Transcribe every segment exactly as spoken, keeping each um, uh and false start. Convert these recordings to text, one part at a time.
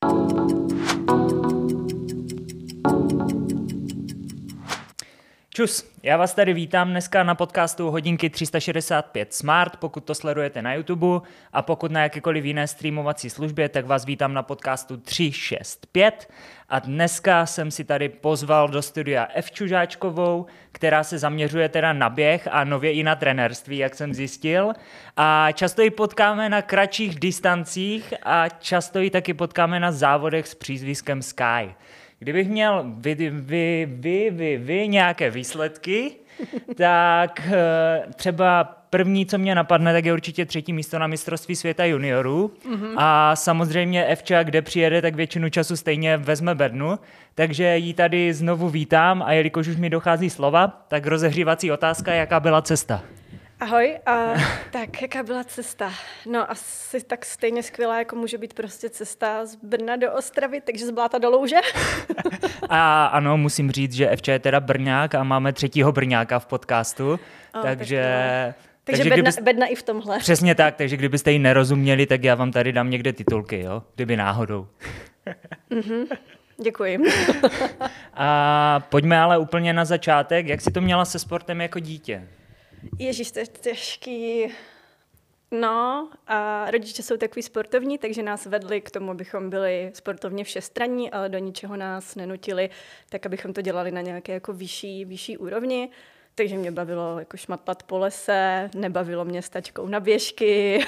Čus, já vás tady vítám dneska na podcastu Hodinky tři sta šedesát pět Smart, pokud to sledujete na YouTube, a pokud na jakékoliv jiné streamovací službě, tak vás vítám na podcastu tři šest pět. A dneska jsem si tady pozval do studia F. Čužáčkovou, která se zaměřuje teda na běh a nově i na trenérství, jak jsem zjistil. A často ji potkáme na kratších distancích a často ji taky potkáme na závodech s přízviskem Sky. Kdybych měl vy, vy, vy, vy, vy nějaké výsledky, tak třeba první, co mě napadne, tak je určitě třetí místo na mistrovství světa juniorů. Mm-hmm. A samozřejmě Evča, kde přijede, tak většinu času stejně vezme bednu. Takže ji tady znovu vítám a jelikož už mi dochází slova, tak rozehřívací otázka, jaká byla cesta? Ahoj, a tak jaká byla cesta? No asi tak stejně skvělá, jako může být prostě cesta z Brna do Ostravy, takže z Bláta do Louže. A ano, musím říct, že Evča je teda Brňák a máme třetího Brňáka v podcastu, o, takže... Tak takže, takže bedna, kdybyste, bedna i v tomhle. Přesně tak, takže kdybyste jí nerozuměli, tak já vám tady dám někde titulky, jo? Kdyby náhodou. Mhm. Děkuji. A pojďme ale úplně na začátek. Jak jsi to měla se sportem jako dítě? Ježíš, to je těžký. No, a rodiče jsou takový sportovní, takže nás vedli k tomu, abychom byli sportovně všestranní, ale do ničeho nás nenutili, tak abychom to dělali na nějaké jako vyšší, vyšší úrovni. Takže mě bavilo jako šmatlat po lese, nebavilo mě s tačkou na běžky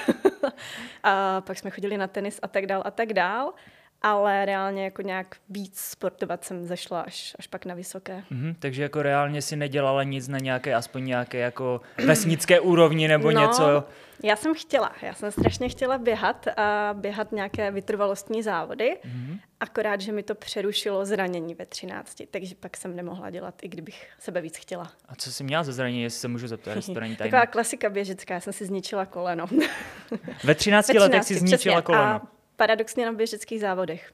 a pak jsme chodili na tenis a tak dál a tak dál. Ale reálně jako nějak víc sportovat jsem zašla až, až pak na vysoké. Mm-hmm, takže jako reálně si nedělala nic na nějaké, aspoň nějaké jako vesnické úrovni nebo no, něco? Já jsem chtěla, já jsem strašně chtěla běhat a běhat nějaké vytrvalostní závody, mm-hmm. akorát, že mi to přerušilo zranění ve třinácti, takže pak jsem nemohla dělat, i kdybych sebe víc chtěla. A co jsi měla za zranění, jestli se můžu zeptat, jestli to není tajné? Taková klasika běžecká, já jsem si zničila koleno. Ve třinácti letech si zničila přesně. koleno? A paradoxně na běžeckých závodech.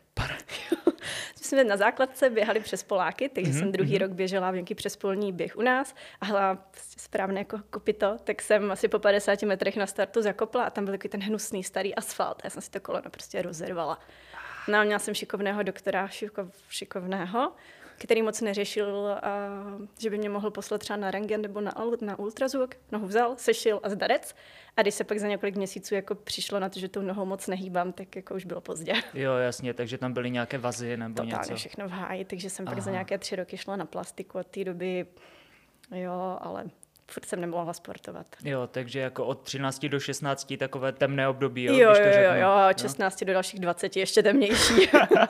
Jsme na základce běhali přes Poláky, takže mm-hmm. jsem druhý mm-hmm. rok běžela v nějaký přespolní běh u nás a hla prostě správně jako kopito, tak jsem asi po padesáti metrech na startu zakopla a tam byl takový ten hnusný starý asfalt a já jsem si to koleno prostě rozervala. No a měla jsem šikovného doktora, šikov, šikovného, který moc neřešil, a, že by mě mohl poslat třeba na rentgen nebo na, na ultrazvuk. Nohu vzal, sešil a zdarec. A když se pak za několik měsíců jako přišlo na to, že tou nohou moc nehýbám, tak jako už bylo pozdě. Jo, jasně, takže tam byly nějaké vazy nebo Totálně něco. Totálně všechno v háji, takže jsem Aha. pak za nějaké tři roky šla na plastiku od té doby, jo, ale furt jsem nemohla sportovat. Jo, takže jako od třinácti do šestnácti takové temné období, jo? Jo, když to jo, řeknu. jo, od šestnácti do dalších dvaceti ještě temnější.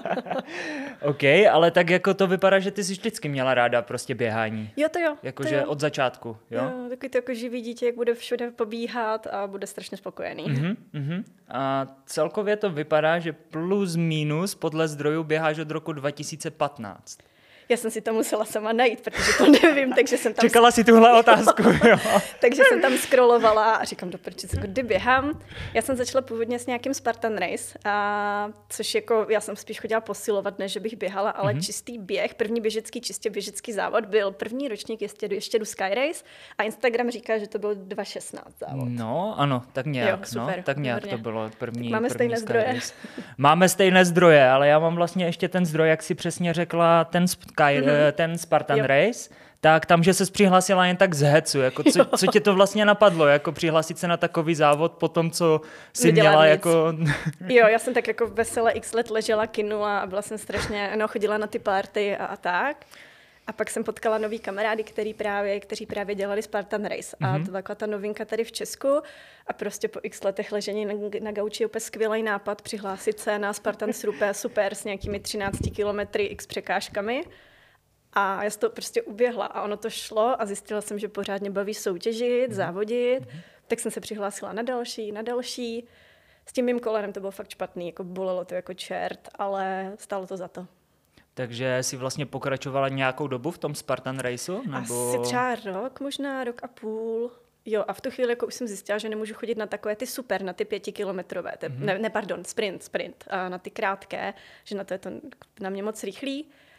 OK, ale tak jako to vypadá, že ty jsi vždycky měla ráda prostě běhání. Jo, to jo. Jakože od začátku, jo? Jo, takový to jako živý dítě, jak bude všude pobíhat a bude strašně spokojený. Uh-huh, uh-huh. A celkově to vypadá, že plus minus podle zdrojů běháš od roku dva tisíce patnáct. Já jsem si to musela sama najít, protože to nevím, takže jsem tam... Čekala si tuhle otázku, jo. Takže jsem tam scrollovala a říkám, do prčice, kdy běhám. Já jsem začala původně s nějakým Spartan Race, a což jako, já jsem spíš chodila posilovat, než že bych běhala, ale mm-hmm. čistý běh, první běžecký, čistě běžecký závod byl první ročník ještě, ještě do Sky Race a Instagram říká, že to byl dva tisíce šestnáct závod. No, ano, tak nějak, jo, super, no, tak nějak dobrně. to bylo první. Máme první stejné Sky zdroje. Race. Máme stejné zdroje, ale já mám vlastně ještě ten zdroj, jak si přesně řekla, ten Sky, mm-hmm. ten Spartan jo. Race, tak tam, že ses přihlásila jen tak z hecu, jako co, co tě to vlastně napadlo, jako přihlásit se na takový závod po tom, co jsi Nedělám měla nic. jako... Jo, já jsem tak jako vesele x let ležela, kinula a byla jsem strašně, no, chodila na ty party a, a tak. A pak jsem potkala nový kamarády, který právě, kteří právě dělali Spartan Race. A mm-hmm. to byla ta novinka tady v Česku. A prostě po x letech ležení na, na gauči je úplně skvělý nápad přihlásit se na Spartan Super, super s nějakými třinácti kilometry x překážkami. A já jsem to prostě uběhla a ono to šlo a zjistila jsem, že pořádně baví soutěžit, závodit, mm-hmm. tak jsem se přihlásila na další, na další. S tím mým kolenem to bylo fakt špatný, jako bolelo to jako čert, ale stálo to za to. Takže jsi vlastně pokračovala nějakou dobu v tom Spartan Raceu? Nebo... Asi třeba rok, možná rok a půl. Jo, a v tu chvíli jako už jsem zjistila, že nemůžu chodit na takové ty super, na ty pětikilometrové, mm-hmm. ne, ne, pardon, sprint, sprint, a na ty krátké, že na to je to na mě moc rychlý.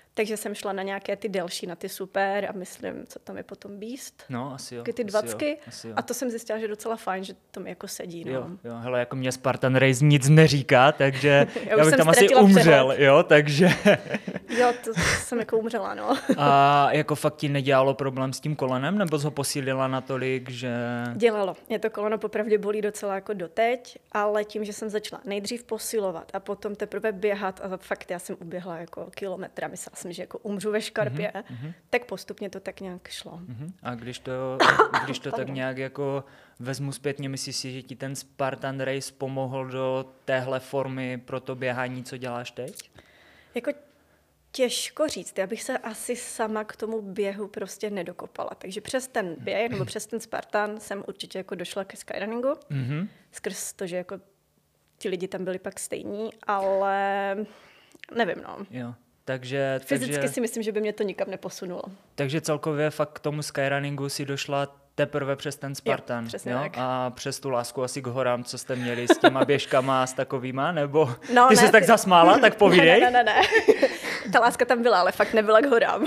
Takže jsem šla na nějaké ty delší, na ty super a myslím, co tam je potom Beast. No, asi jo. Taky ty asi dvacky. Jo, asi jo. A to jsem zjistila, že je docela fajn, že to mi jako sedí. No. Jo, jo, hele, jako mě Spartan Race nic neříká, takže já, já bych tam asi ztratila umřel, přehled. jo, takže... Jo, to jsem jako umřela, no. A jako fakt ti nedělalo problém s tím kolenem, nebo jsi ho posílila natolik, že... Dělalo. Mě to koleno popravdě bolí docela jako doteď, ale tím, že jsem začala nejdřív posilovat a potom teprve běhat a fakt já jsem uběhla jako kilometra, myslela jsem, že jako umřu ve škarpě, mm-hmm. tak postupně to tak nějak šlo. Mm-hmm. A když to, když to tak nějak jako vezmu zpětně, myslíš si, že ti ten Spartan Race pomohl do téhle formy pro to běhání, co děláš teď? Jako těžko říct, já bych se asi sama k tomu běhu prostě nedokopala. Takže přes ten běh nebo přes ten Spartan jsem určitě jako došla ke skyrunningu. Mm-hmm. Skrz to, že jako ti lidi tam byli pak stejní, ale nevím, no. Jo. Takže, Fyzicky takže, si myslím, že by mě to nikam neposunulo. Takže celkově fakt k tomu skyrunningu si došla teprve přes ten Spartan. Jo, přesně jo? tak. A přes tu lásku asi k horám, co jste měli s těma běžkama a s takovýma, nebo no, ty ne, jsi ty... tak zasmála, tak povídej. Ne, ne, ne, ne. Ta láska tam byla, ale fakt nebyla k horám.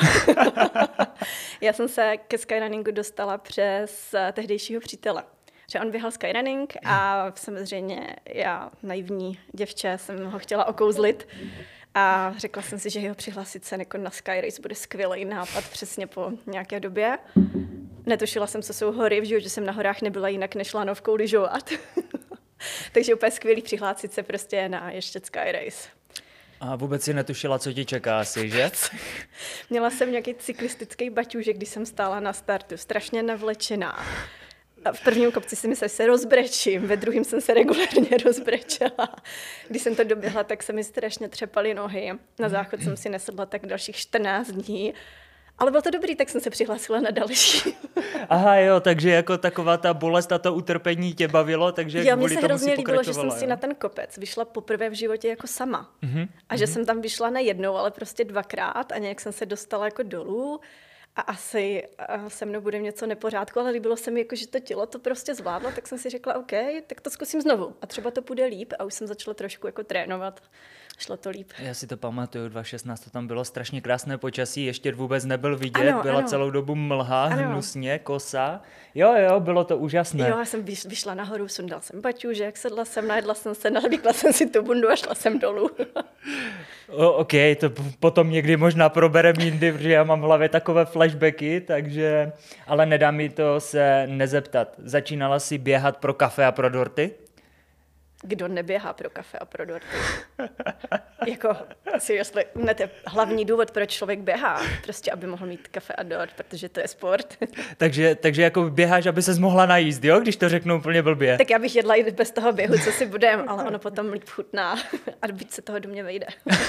Já jsem se ke skyrunningu dostala přes tehdejšího přítele. Že on běhal skyrunning a samozřejmě já, naivní děvče, jsem ho chtěla okouzlit. A řekla jsem si, že jeho přihlásit se jako na Skyrace bude skvělý nápad přesně po nějaké době. Netušila jsem, co jsou hory, v životě jsem na horách nebyla jinak než lanovkou lyžovat. Takže úplně skvělý přihlásit se prostě na ještě Skyrace. A vůbec si netušila, co ti čeká asi, že? Měla jsem nějaký cyklistický baťůžek, když jsem stála na startu, strašně navlečená. A v prvním kopci si myslela, že se rozbrečím, ve druhém jsem se regulárně rozbrečela. Když jsem to doběhla, tak se mi strašně třepaly nohy. Na záchod jsem si nesedla tak dalších čtrnáct dní. Ale bylo to dobrý, tak jsem se přihlásila na další. Aha, jo, takže jako taková ta bolest a to utrpení tě bavilo, takže jo, kvůli mně se tomu si hrozně líbilo, že jsem jo? si na ten kopec vyšla poprvé v životě jako sama. Mm-hmm. A že mm-hmm. jsem tam vyšla ne jednou, ale prostě dvakrát a nějak jsem se dostala jako dolů. A asi a se mnou bude něco nepořádku, ale líbilo se mi, jako, že to tělo to prostě zvládlo, tak jsem si řekla, OK, tak to zkusím znovu. A třeba to půjde líp a už jsem začala trošku jako trénovat. Šlo to líp. Já si to pamatuju, dva tisíce šestnáct to tam bylo strašně krásné počasí, ještě vůbec nebyl vidět, ano, byla ano. celou dobu mlha, ano. hnusně, kosa. Jo, jo, bylo to úžasné. Jo, já jsem vyšla nahoru, sundal jsem baťůžek, sedla jsem, najedla jsem se, nalíkla jsem si tu bundu a šla jsem dolů. O, OK, to potom někdy možná proberem jindy, protože já mám v hlavě takové flashbacky, takže, ale nedá mi to se nezeptat. Začínala si běhat pro kafe a pro dorty? Kdo neběhá pro kafe a pro dorty? Jako, si jestli ne, to je hlavní důvod, proč člověk běhá. Prostě, aby mohl mít kafe a dort, protože to je sport. takže, takže jako běháš, aby ses mohla najíst, jo? Když to řeknu úplně blbě. Tak já bych jedla i bez toho běhu, co si budem, ale ono potom líp chutná a byť se toho do mě vejde.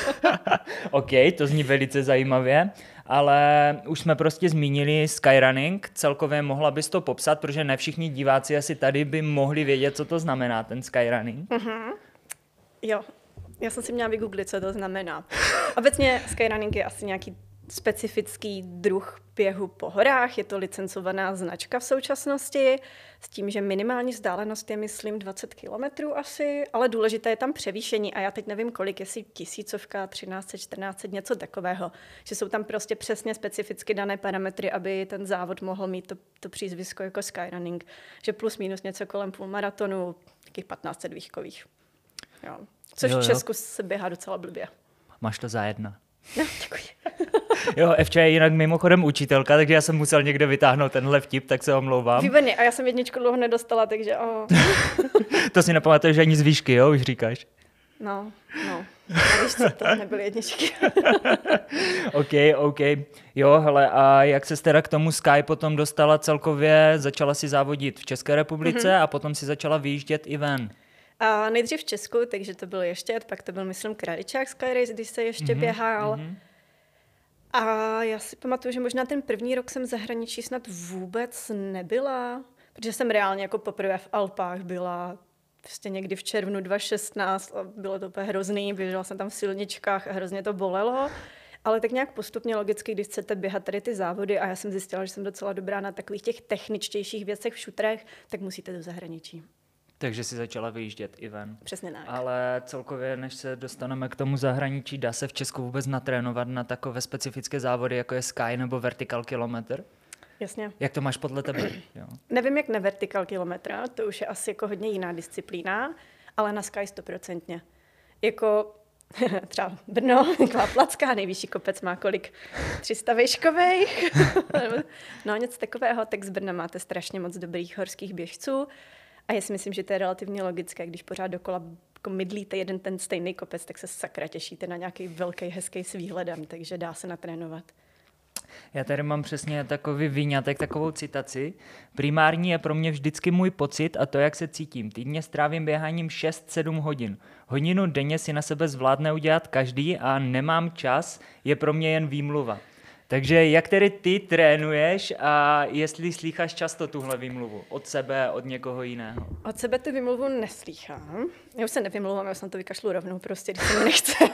OK, to zní velice zajímavě, ale už jsme prostě zmínili skyrunning. Celkově mohla bys to popsat, protože ne všichni diváci asi tady by mohli vědět, co to znamená, ten skyrunning. Mm-hmm. Jo, já jsem si měla vygooglit, co to znamená. Obecně skyrunning je asi nějaký specifický druh běhu po horách, je to licencovaná značka v současnosti, s tím, že minimální vzdálenost je, myslím, dvacet kilometrů asi, ale důležité je tam převýšení a já teď nevím kolik, jestli tisícovka, třináct set, čtrnáct set, něco takového, že jsou tam prostě přesně specificky dané parametry, aby ten závod mohl mít to, to přízvisko jako skyrunning, že plus minus něco kolem půlmaratonu, takých patnáct set výškových. Jo. Což jo, jo. v Česku se běhá docela blbě. Máš to za jedna. No, děkuji. Jo, Evča je jinak mimochodem učitelka, takže já jsem musel někde vytáhnout tenhle vtip, tak se omlouvám. Výborně, a já jsem jedničku dlouho nedostala, takže oh. To si nepamatuješ ani z výšky, jo, už říkáš? No, no. A víš co, to nebyly jedničky. OK, OK. Jo, hele, a jak ses teda k tomu Sky potom dostala celkově, začala si závodit v České republice mm-hmm. a potom si začala vyjíždět i ven? A nejdřív v Česku, takže to byl ještě, pak to byl, myslím, Kraličák Skyrace, když se ještě mm-hmm, běhal. Mm-hmm. A já si pamatuju, že možná ten první rok jsem v zahraničí snad vůbec nebyla, protože jsem reálně jako poprvé v Alpách byla prostě někdy v červnu dva tisíce šestnáct a bylo to úplně hrozný, běžela jsem tam v silničkách a hrozně to bolelo. Ale tak nějak postupně logicky, když chcete běhat tady ty závody a já jsem zjistila, že jsem docela dobrá na takových těch techničtějších věcech v šutrech, tak musíte do zahraničí. Takže si začala vyjíždět i ven. Přesně tak. Ale celkově, než se dostaneme k tomu zahraničí, dá se v Česku vůbec natrénovat na takové specifické závody, jako je Sky nebo Vertical Kilometr? Jasně. Jak to máš podle tebe? Jo. Nevím, jak na Vertical Kilometra, to už je asi jako hodně jiná disciplína, ale na Sky stoprocentně. Jako třeba Brno, taková placka, nejvyšší kopec má kolik? tři sta výškových. No něco takového, tak z Brna máte strašně moc dobrých horských běžců. A já si myslím, že to je relativně logické, když pořád dokola jako mydlíte jeden ten stejný kopec, tak se sakra těšíte na nějaký velký, hezký s výhledem, takže dá se natrénovat. Já tady mám přesně takový výňatek, takovou citaci. Primární je pro mě vždycky můj pocit a to, jak se cítím. Týdně strávím běháním šest sedm hodin. Hodinu denně si na sebe zvládne udělat každý a nemám čas, je pro mě jen výmluva. Takže jak tedy ty trénuješ a jestli slýcháš často tuhle výmluvu? Od sebe, od někoho jiného? Od sebe tu výmluvu neslýchám. Já už se nevymluvám, já už jsem to vykašlu rovnou, prostě, když se mi nechce.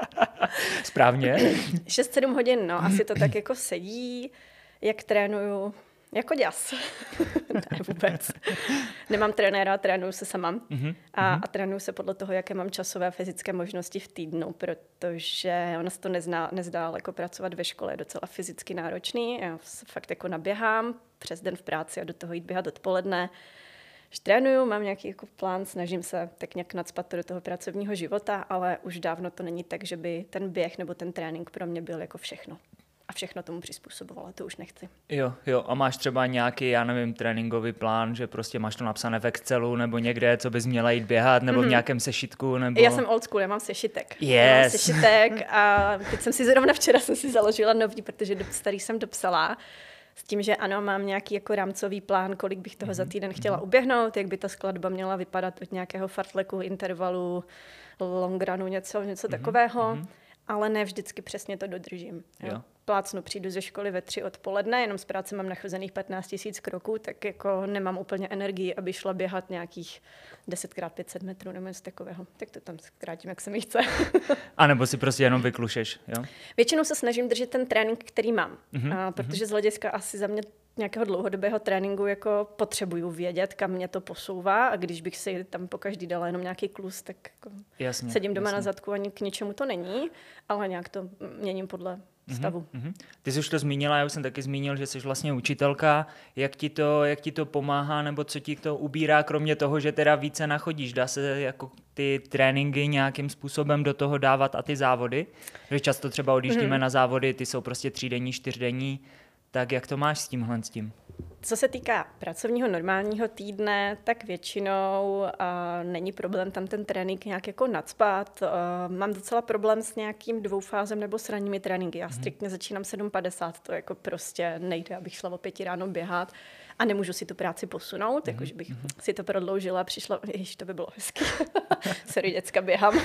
Správně. šest sedm hodin, no, asi to tak jako sedí, jak trénuju, jako děs. Ne, vůbec. Nemám trenéra, trénuju se sama Mm-hmm. a, a trénuju se podle toho, jaké mám časové a fyzické možnosti v týdnu, protože ono se to nezná, nezdá jako pracovat ve škole, je docela fyzicky náročný. Já se fakt jako naběhám přes den v práci a do toho jít běhat odpoledne. Když trénuju, mám nějaký jako plán, snažím se tak nějak nacpat do toho pracovního života, ale už dávno to není tak, že by ten běh nebo ten trénink pro mě byl jako všechno. A všechno tomu přizpůsobovala, to už nechci. Jo, jo, a máš třeba nějaký, já nevím, tréninkový plán, že prostě máš to napsané v Excelu nebo někde, co bys měla jít běhat, nebo mm-hmm. v nějakém sešitku, nebo... Já jsem old school, já mám sešitek. Yes. Já mám sešitek a teď jsem si zrovna včera jsem si založila nový, protože do, starý jsem dopsala. S tím, že ano, mám nějaký jako rámcový plán, kolik bych toho mm-hmm. za týden chtěla uběhnout, jak by ta skladba měla vypadat od nějakého fartleku, intervalu, longrunu, něco, něco mm-hmm. takového. Mm-hmm. Ale ne vždycky přesně to dodržím. Jo. Jo. Plácnu, přijdu ze školy ve tři odpoledne, jenom z práce mám nachozených patnáct tisíc kroků, tak jako nemám úplně energii, aby šla běhat nějakých deset krát pět set metrů nebo něco takového. Tak to tam zkrátím, jak se mi chce. A nebo si prostě jenom vyklušeš, jo? Většinou se snažím držet ten trénink, který mám, Mm-hmm. a protože z hlediska asi za mě nějakého dlouhodobého tréninku jako potřebuju vědět, kam mě to posouvá a když bych si tam po každý dala jenom nějaký klus, tak jako jasně, sedím doma jasně. na zadku a k ničemu to není, ale nějak to měním podle stavu. Mm-hmm. Ty jsi už to zmínila, já už jsem taky zmínil, že jsi vlastně učitelka. Jak ti to, jak ti to pomáhá, nebo co ti to ubírá, kromě toho, že teda více nachodíš? Dá se jako ty tréninky nějakým způsobem do toho dávat a ty závody? Že často třeba odjíždíme mm-hmm. na závody, ty jsou prostě třídenní, čtyřdenní. Tak jak to máš s tímhle s tím? Co se týká pracovního normálního týdne, tak většinou uh, není problém tam ten trénink nějak jako nacpat. Uh, mám docela problém s nějakým dvoufázem nebo s ranními tréninky. Já striktně mm. začínám sedm padesát, to jako prostě nejde, abych šla o pěti ráno běhat a nemůžu si tu práci posunout, mm. jakože bych mm. si to prodloužila a přišla, ježiš, to by bylo hezky. Sorry, děcka, běhám.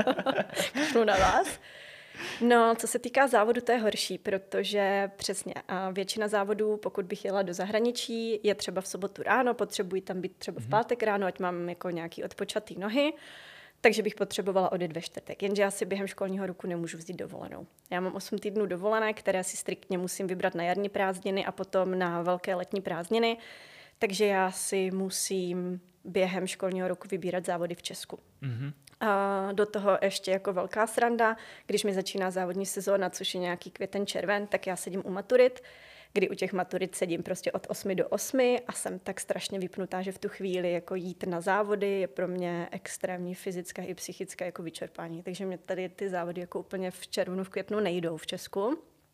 Kašlu na vás. No, co se týká závodu, to je horší, protože přesně a většina závodů, pokud bych jela do zahraničí, je třeba v sobotu ráno, potřebuji tam být třeba v pátek ráno, ať mám jako nějaký odpočatý nohy, takže bych potřebovala odjet ve čtvrtek. Jenže já si během školního roku nemůžu vzít dovolenou. Já mám osm týdnů dovolené, které si striktně musím vybrat na jarní prázdniny a potom na velké letní prázdniny, takže já si musím během školního roku vybírat závody v Česku. Mm-hmm. A do toho ještě jako velká sranda, když mi začíná závodní sezóna, což je nějaký květen, červen, tak já sedím u maturit, kdy u těch maturit sedím prostě od osmi do osmi a jsem tak strašně vypnutá, že v tu chvíli jako jít na závody je pro mě extrémní fyzické i psychické jako vyčerpání. Takže mě tady ty závody jako úplně v červnu, v květnu nejdou v Česku.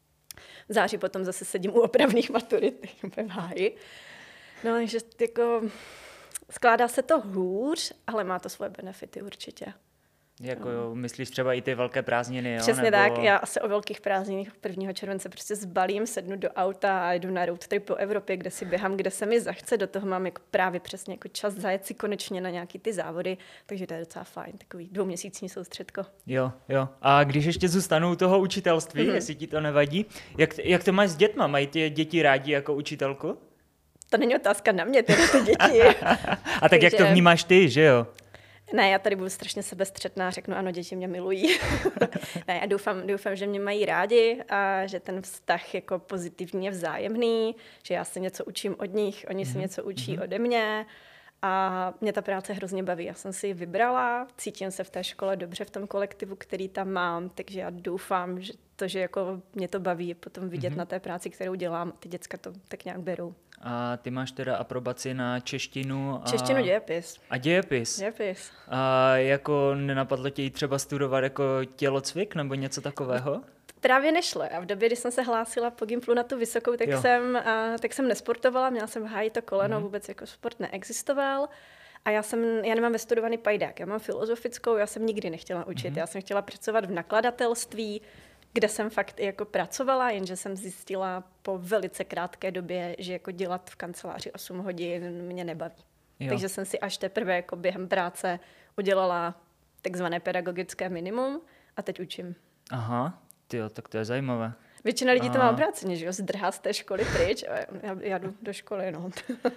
V září potom zase sedím u opravných maturit, úplně v háji. No, takže jako... Skládá se to hůř, ale má to svoje benefity určitě. Jako jo, myslíš třeba i ty velké prázdniny, jo? Přesně Nebo... tak, já asi o velkých prázdninách prvního července prostě zbalím, sednu do auta a jdu na road trip po Evropě, kde si běhám, kde se mi zachce, do toho mám jako právě přesně jako čas zajet si konečně na nějaký ty závody, takže to je docela fajn, takový dvouměsíční soustředko. Jo, jo. A když ještě zůstanu u toho učitelství, mm-hmm. jestli ti to nevadí, jak, jak to máš s dětma? Mají ty děti rádi jako učitelku? To není otázka na mě, tedy ty děti. A tak takže... jak to vnímáš ty, že jo? Ne, já tady budu strašně sebestřetná, řeknu ano, děti mě milují. Ne, já doufám, doufám, že mě mají rádi a že ten vztah jako pozitivně vzájemný, že já se něco učím od nich, oni se něco učí mm-hmm. ode mě A mě ta práce hrozně baví. Já jsem si ji vybrala, cítím se v té škole dobře v tom kolektivu, který tam mám, takže já doufám, že to, že jako mě to baví, je potom vidět mm-hmm. na té práci, kterou dělám. Ty děcka to tak nějak berou. A ty máš teda aprobaci na češtinu? A... Češtinu, dějepis. A dějepis? Dějepis. A jako nenapadlo tě jí třeba studovat jako tělocvik nebo něco takového? Právě nešlo. A v době, kdy jsem se hlásila po Gimplu na tu vysokou, tak, jsem, a, tak jsem nesportovala, měla jsem v háji to koleno, mm-hmm. vůbec jako sport neexistoval. A já jsem, já nemám vystudovaný pajdák, já mám filozofickou, já jsem nikdy nechtěla učit. Mm-hmm. Já jsem chtěla pracovat v nakladatelství, kde jsem fakt jako pracovala, jenže jsem zjistila po velice krátké době, že jako dělat v kanceláři osm hodin mě nebaví. Jo. Takže jsem si až teprve jako během práce udělala takzvané pedagogické minimum a teď učím. Aha. Tyjo, tak to je zajímavé. Většina lidí to má obráceně, že jo, zdrhá z té školy pryč a já, já jdu do školy, no.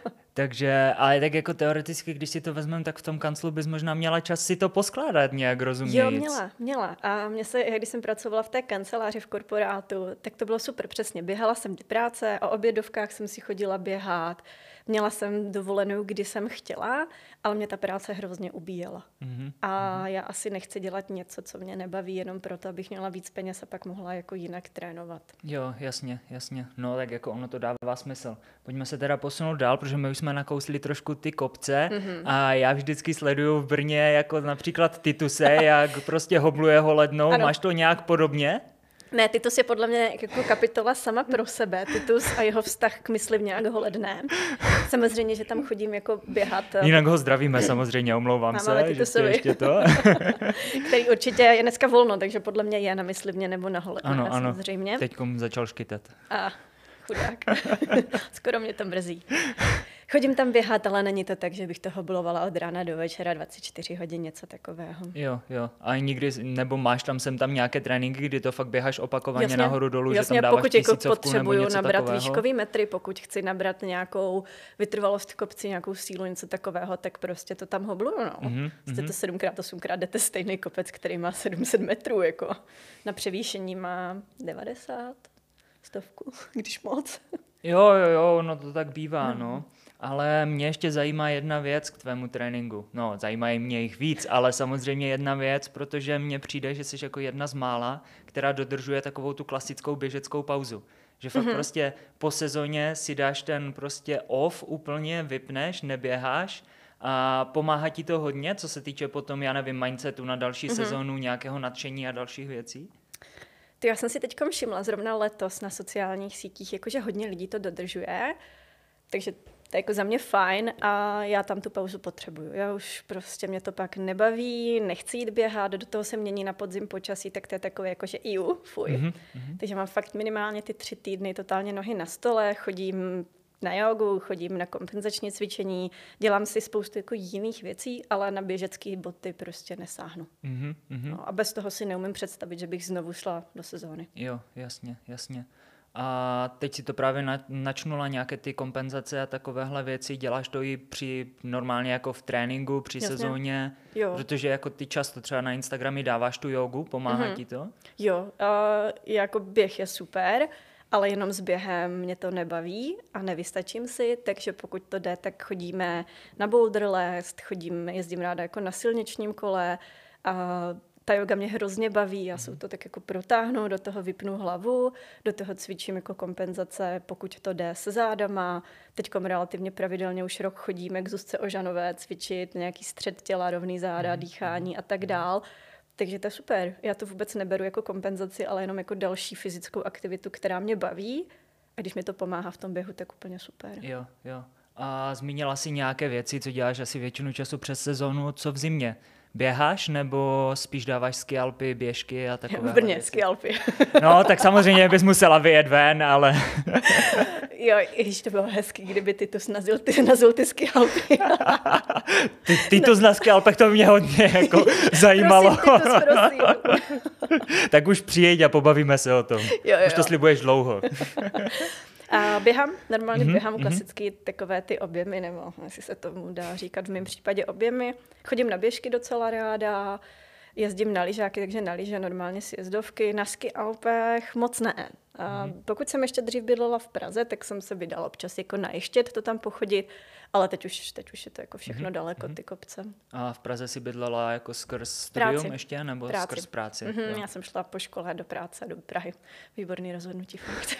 Takže, ale tak jako teoreticky, když si to vezmeme, tak v tom kanclu bys možná měla čas si to poskládat nějak rozumějíc. Jo, měla, měla. A mě se, když jsem pracovala v té kanceláři v korporátu, tak to bylo super, přesně. Běhala jsem do práce, o obědovkách jsem si chodila běhat, měla jsem dovolenou, kdy jsem chtěla, ale mě ta práce hrozně ubíjela. Mm-hmm. A já asi nechci dělat něco, co mě nebaví, jenom proto, abych měla víc peněz a pak mohla jako jinak trénovat. Jo, jasně, jasně. No tak jako ono to dává smysl. Pojďme se teda posunout dál, protože my už jsme nakousli trošku ty kopce mm-hmm. a já vždycky sleduju v Brně jako například Tituse, jak prostě hobluje holednou. Ano. Máš to nějak podobně? Ne, Titus je podle mě jako kapitola sama pro sebe. Titus a jeho vztah k myslivňák holedné. Samozřejmě, že tam chodím jako běhat. Jinak ho zdravíme samozřejmě, omlouvám Mám se, že jste ještě to. Který určitě je dneska volno, takže podle mě je na myslivně nebo na holedné. Ano, ano, samozřejmě. teďkom začal škytat. A chudák. Skoro mě to mrzí. Chodím tam běhat, ale není to tak, že bych to hoblovala od rána do večera dvacet čtyři hodin, něco takového. Jo, jo. A nikdy, nebo máš tam sem tam nějaké tréninky, kdy to fakt běháš opakovaně jasně, nahoru dolů, jasně, že tam dáváš pokud tisícovku potřebuju nebo něco nabrat takového? výškový metry, pokud chci nabrat nějakou vytrvalost v kopci, nějakou sílu, něco takového, tak prostě to tam hobluju, no. Mm-hmm, Jste to sedmkrát, osmkrát jdete stejný kopec, který má sedm set metrů, jako na převýšení má devadesát, stovku, když moc. Jo, jo, jo, no to tak bývá, no. no. Ale mě ještě zajímá jedna věc k tvému tréninku. No, zajímají mě jich víc, ale samozřejmě jedna věc, protože mně přijde, že jsi jako jedna z mála, která dodržuje takovou tu klasickou běžeckou pauzu. Že fakt mm-hmm. prostě po sezóně si dáš ten prostě off, úplně vypneš, neběháš a pomáhá ti to hodně, co se týče potom, já nevím, mindsetu na další mm-hmm. sezónu, nějakého nadšení a dalších věcí? Ty, já jsem si teď všimla zrovna letos na sociálních sítích, jakože hodně lidí to dodržuje, takže to je jako za mě fajn a já tam tu pauzu potřebuju. Já už prostě mě to pak nebaví, nechci jít běhat, do toho se mění na podzim počasí, tak to je takové jako, že iu, fuj. Mm-hmm. Takže mám fakt minimálně ty tři týdny totálně nohy na stole, chodím na jogu, chodím na kompenzační cvičení, dělám si spoustu jako jiných věcí, ale na běžecké boty prostě nesáhnu. Mm-hmm. No, a bez toho si neumím představit, že bych znovu šla do sezóny. Jo, jasně, jasně. A teď si to právě načnula nějaké ty kompenzace a takovéhle věci, děláš to i při normálně jako v tréninku, při jasně. sezóně, jo. Protože jako ty často třeba na Instagramy dáváš tu jogu, pomáhá mm-hmm. ti to? Jo, uh, jako běh je super, ale jenom s během mě to nebaví a nevystačím si, takže pokud to jde, tak chodíme na boulderlest, chodím, jezdím ráda jako na silničním kole a ta yoga mě hrozně baví, já se to tak jako protáhnu, do toho vypnu hlavu, do toho cvičím jako kompenzace, pokud to jde se zádama. Teďkom relativně pravidelně už rok chodíme k Zuzce Ožanové cvičit, nějaký střed těla, rovný záda, dýchání a tak dál. Takže to je super. Já to vůbec neberu jako kompenzaci, ale jenom jako další fyzickou aktivitu, která mě baví. A když mi to pomáhá v tom běhu, tak úplně super. Jo, jo. A zmínila jsi nějaké věci, co děláš asi většinu času přes sezónu, co v zimě? Běháš nebo spíš dáváš skialpy, běžky a takové? V Brně skialpy. No, tak samozřejmě bys musela vyjet ven, ale... Jo, když to bylo hezky, kdyby Titus nazil ty, nazil ty skialpy. ty, Titus na skialpech, to mě hodně jako zajímalo. Prosím, Titus, prosím. Tak už přijeď a pobavíme se o tom. Jo, jo. Už to slibuješ dlouho. A běhám, normálně mm-hmm, běhám klasicky mm-hmm. takové ty objemy, nebo jestli se tomu dá říkat v mém případě objemy. Chodím na běžky docela ráda, jezdím na lyžáky, takže na lyže normálně sjezdovky, na ski Alpech moc ne. A mm. pokud jsem ještě dřív bydlela v Praze, tak jsem se vydala občas jako na Ještěd to tam pochodit, ale teď už, teď už je to jako všechno mm. daleko, ty kopce. A v Praze si bydlela jako skrz studium práci. ještě, nebo práci. skrz práci? Mm-hmm, já jsem šla po škole do práce, do Prahy. Výborný rozhodnutí fakt.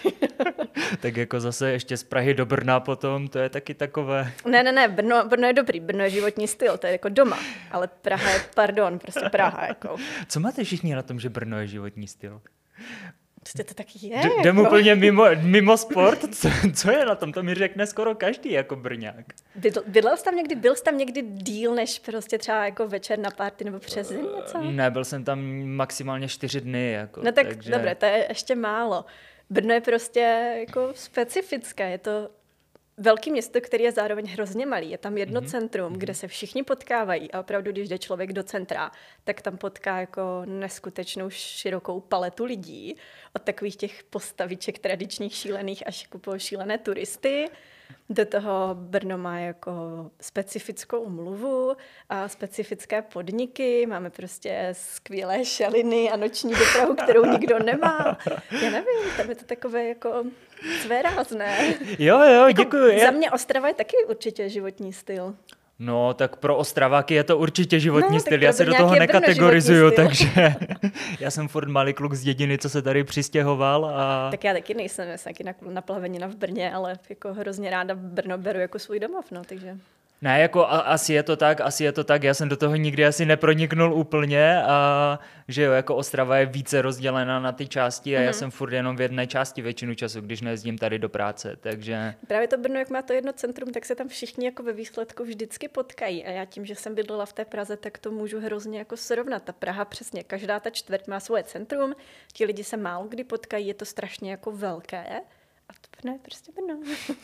Tak jako zase ještě z Prahy do Brna potom, to je taky takové... Ne, ne, ne, Brno, Brno je dobrý, Brno je životní styl, to je jako doma, ale Praha je, pardon, prostě Praha. Jako. Co máte všichni na tom, že Brno je životní styl? Prostě to taky je. D- jdem jako. úplně mimo, mimo sport? Co, co je na tom? To mi řekne skoro každý jako Brňák. Bydl, bydlel jsi tam někdy, byl jsi tam někdy díl, než prostě třeba jako večer na party nebo přes zim něco? Ne, byl jsem tam maximálně čtyři dny. Jako, no tak takže... dobré, to je ještě málo. Brno je prostě jako specifické, je to velké město, které je zároveň hrozně malý. Je tam jedno mm-hmm. centrum, kde se všichni potkávají a opravdu, když jde člověk do centra, tak tam potká jako neskutečnou širokou paletu lidí. Od takových těch postaviček tradičních šílených až jako po šílené turisty. Do toho Brno má jako specifickou mluvu a specifické podniky. Máme prostě skvělé šaliny a noční dopravu, kterou nikdo nemá. Já nevím, tam je to takové jako svérázné. Jo, jo, děkuji. Jako za mě Ostrava je taky určitě životní styl. No, tak pro Ostraváky je to určitě životní no, styl. Já se do toho nekategorizuju, takže já jsem furt malý kluk z dědiny, co se tady přistěhoval. A... Tak já taky nejsem, já jsem taky naplavenina v Brně, ale jako hrozně ráda Brno beru jako svůj domov, no, takže... Ne, jako a, asi je to tak, asi je to tak, já jsem do toho nikdy asi neproniknul úplně a že jo, jako Ostrava je více rozdělena na ty části a mm. já jsem furt jenom v jedné části většinu času, když nejezdím tady do práce, takže... Právě to Brno, jak má to jedno centrum, tak se tam všichni jako ve výsledku vždycky potkají a já tím, že jsem bydlela v té Praze, tak to můžu hrozně jako srovnat. Ta Praha přesně, každá ta čtvrť má svoje centrum, ti lidi se málo kdy potkají, je to strašně jako velké a to Brno je prostě Brno.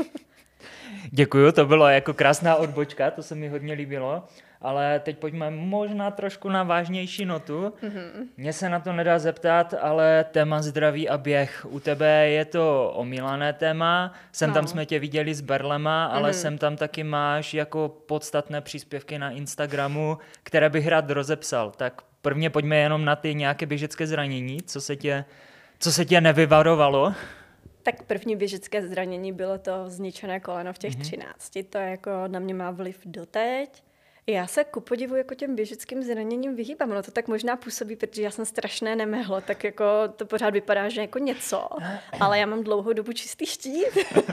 Děkuju, to bylo jako krásná odbočka, to se mi hodně líbilo, ale teď pojďme možná trošku na vážnější notu. Mm-hmm. Mně se na to nedá zeptat, ale téma zdraví a běh. U tebe je to omílané téma, sem no. tam jsme tě viděli s berlema, ale mm-hmm. sem tam taky máš jako podstatné příspěvky na Instagramu, které bych rád rozepsal. Tak prvně pojďme jenom na ty nějaké běžecké zranění, co se tě, co se tě nevyvarovalo. Tak první běžecké zranění bylo to zničené koleno v těch mm-hmm. třinácti. To je jako na mě má vliv doteď. Já se ku podivu jako těm běžeckým zraněním vyhýbám. No to tak možná působí, protože já jsem strašné nemehlo, tak jako to pořád vypadá, že jako něco, ale já mám dlouhou dobu čistý štít.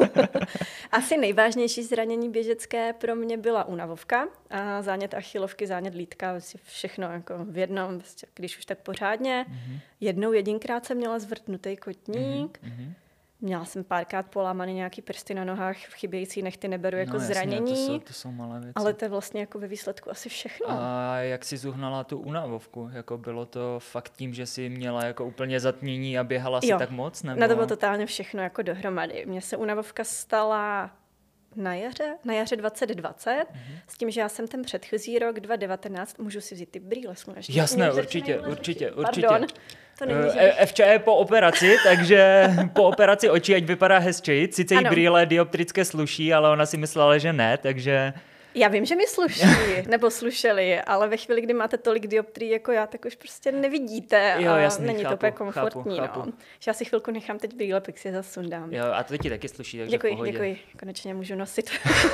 Asi nejvážnější zranění běžecké pro mě byla únavovka, a zánět achilovky, zánět lítka, všechno jako v jednom, když už tak pořádně. Mm-hmm. Jednou jedinkrát jsem měla zvrtnutý kotník, mm-hmm. Měla jsem párkrát polámaný nějaký prsty na nohách, chybějící nechty neberu jako no, jasně, zranění, to jsou, to jsou malé věci. Ale to je vlastně jako ve výsledku asi všechno. A jak jsi zuhnala tu únavovku? Jako bylo to fakt tím, že jsi měla jako úplně zatmění a běhala si jo. tak moc? Nebo... No to bylo totálně všechno jako dohromady. Mně se únavovka stala na jaře, na jaře dvacet dvacet, mm-hmm. s tím, že já jsem ten předchozí rok dva tisíce devatenáct, můžu si vzít ty brýle sluneční. Jasné, určitě, určitě, určitě. Pardon. To F Č je po operaci, takže po operaci očí, ať vypadá hezčeji. Sice jí brýle dioptrické sluší, ale ona si myslela, že ne, takže... Já vím, že mi sluší, nebo slušeli, ale ve chvíli, kdy máte tolik dioptrií jako já, tak už prostě nevidíte a jo, jasný, není chápu, to úplně komfortní. Chápu, chápu. No. Že já si chvilku nechám teď brýle, pak si je zase sundám. Jo, a to ti taky sluší, takže děkuji, v pohodě. Děkuji, konečně můžu nosit.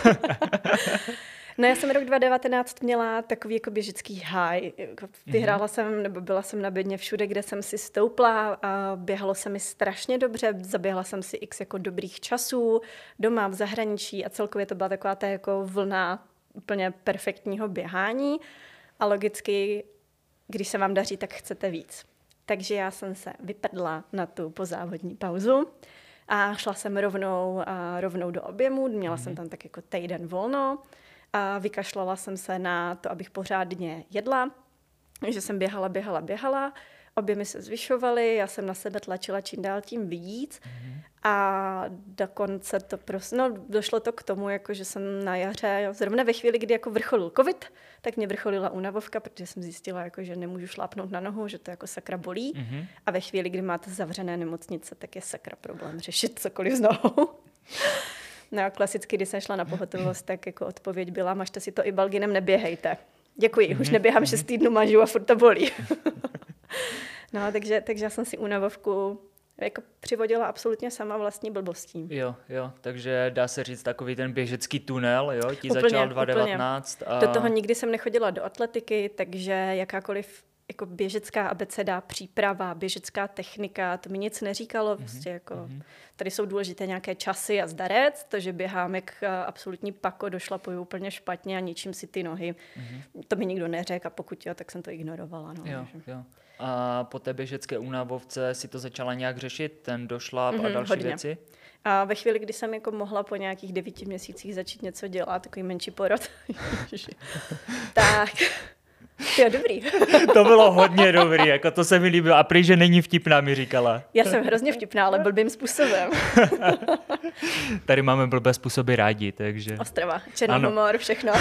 No já jsem rok dva tisíce devatenáct měla takový jako běžecký high. Vyhrála mm-hmm. jsem, nebo byla jsem na bědně všude, kde jsem si stoupla a běhalo se mi strašně dobře. Zaběhla jsem si x jako dobrých časů doma, v zahraničí a celkově to byla taková ta jako vlna úplně perfektního běhání. A logicky, když se vám daří, tak chcete víc. Takže já jsem se vypadla na tu pozávodní pauzu a šla jsem rovnou, a rovnou do objemu. Měla mm-hmm. jsem tam tak jako týden volno. A vykašlala jsem se na to, abych pořádně jedla, že jsem běhala, běhala, běhala, objemy se zvyšovaly, já jsem na sebe tlačila čím dál tím víc mm-hmm. a dokonce to prostě, no došlo to k tomu, jako že jsem na jaře, zrovna ve chvíli, kdy jako vrcholil covid, tak mě vrcholila únavovka, protože jsem zjistila, jako, že nemůžu šlápnout na nohu, že to jako sakra bolí mm-hmm. a ve chvíli, kdy máte zavřené nemocnice, tak je sakra problém řešit cokoliv s nohou. No a klasicky, když jsem šla na pohotovost, tak jako odpověď byla, mažte si to i balginem, neběhejte. Děkuji, mm-hmm. už neběhám šest týdnů, mažu a furt to bolí. No, takže, takže já jsem si únavovku jako přivodila absolutně sama vlastní blbostí. Jo, jo, takže dá se říct takový ten běžecký tunel, jo, ti úplně, začal dva tisíce devatenáct. A... Do toho nikdy jsem nechodila do atletiky, takže jakákoliv jako běžecká abeceda, příprava, běžecká technika, to mi nic neříkalo, mm-hmm. prostě jako, mm-hmm. tady jsou důležité nějaké časy a zdarec, to, že běhám jak absolutní pako, došlapuju úplně špatně a ničím si ty nohy, mm-hmm. to mi nikdo neřekl a pokud jo, tak jsem to ignorovala. No, jo, jo. A po té běžecké únavovce si to začala nějak řešit, ten došlap mm-hmm, a další hodně. věci? A ve chvíli, kdy jsem jako mohla po nějakých devíti měsících začít něco dělat, takový menší porod, tak... Jo, dobrý. To bylo hodně dobrý, jako to se mi líbilo. A prý, že není vtipná, mi říkala. Já jsem hrozně vtipná, ale blbým způsobem. Tady máme blbé způsoby rádi, takže... Ostrava, černý ano. humor, všechno.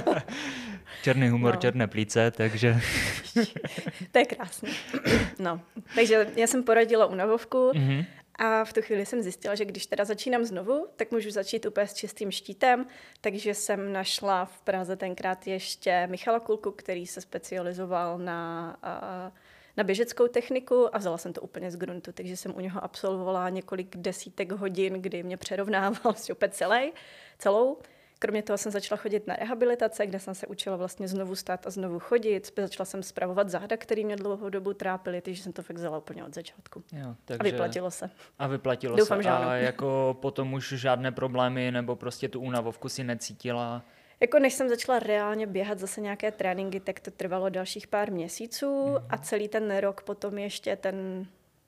Černý humor, no. černé plíce, takže... To je krásný. No, takže já jsem porodila únavovku mm-hmm. a v tu chvíli jsem zjistila, že když teda začínám znovu, tak můžu začít úplně s čistým štítem, takže jsem našla v Praze tenkrát ještě Michala Kulku, který se specializoval na, na běžeckou techniku a vzala jsem to úplně z gruntu, takže jsem u něho absolvovala několik desítek hodin, kdy mě přerovnával si úplně celý, celou. Kromě toho jsem začala chodit na rehabilitace, kde jsem se učila vlastně znovu stát a znovu chodit. Začala jsem spravovat záda, který mě dlouhou dobu trápily, takže jsem to fakt vzala úplně od začátku. Jo, takže... A vyplatilo se. A vyplatilo Doufám, se. Že ano. A jako potom už žádné problémy nebo prostě tu únavovku si necítila? Jako než jsem začala reálně běhat zase nějaké tréninky, tak to trvalo dalších pár měsíců mm. a celý ten rok potom ještě ten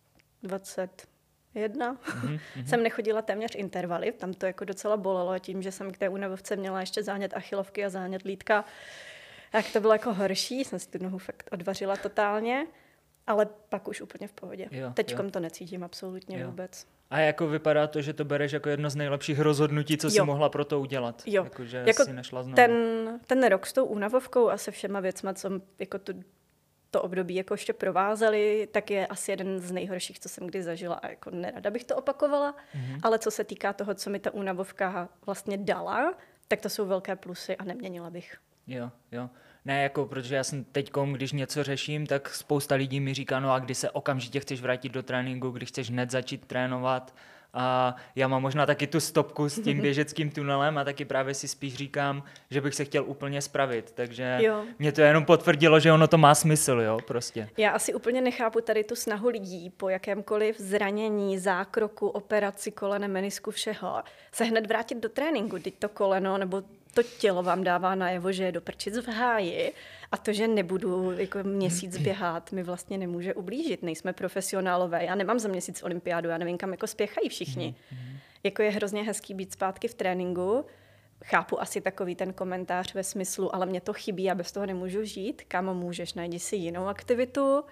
dvacet jedna. Mm-hmm. jsem nechodila téměř intervaly, tam to jako docela bolelo tím, že jsem k té únavovce měla ještě zánět achilovky a zánět lítka. Tak to bylo jako horší, jsem si tu nohu fakt odvařila totálně, ale pak už úplně v pohodě. Jo, Teďkom jo. to necítím absolutně jo. vůbec. A jako vypadá to, že to bereš jako jedno z nejlepších rozhodnutí, co jo. jsi mohla pro to udělat? Jo. Jako, že jako jsi nešla znovu. Ten, ten rok s tou únavovkou a se všema věcma, co jako tu to období jako ještě provázely, tak je asi jeden z nejhorších, co jsem kdy zažila a jako nerada bych to opakovala, mm-hmm. ale co se týká toho, co mi ta únavovka vlastně dala, tak to jsou velké plusy a neměnila bych. Jo, jo. Ne, jako, protože já jsem teďkom, když něco řeším, tak spousta lidí mi říká, no a kdy se okamžitě chceš vrátit do tréninku, když chceš hned začít trénovat. A já mám možná taky tu stopku s tím běžeckým tunelem a taky právě si spíš říkám, že bych se chtěl úplně spravit, takže jo. mě to jenom potvrdilo, že ono to má smysl, jo, prostě. Já asi úplně nechápu tady tu snahu lidí po jakémkoliv zranění, zákroku, operaci kolene, menisku, všeho, se hned vrátit do tréninku, teď to koleno nebo to tělo vám dává najevo, že je do prčic v háji a to, že nebudu jako měsíc běhat, mi vlastně nemůže ublížit. Nejsme profesionálové, já nemám za měsíc olympiádu, já nevím, kam jako spěchají všichni. Mm-hmm. Jako je hrozně hezký být zpátky v tréninku, chápu asi takový ten komentář ve smyslu, ale mě to chybí, já bez toho nemůžu žít, kam můžeš, najdi si jinou aktivitu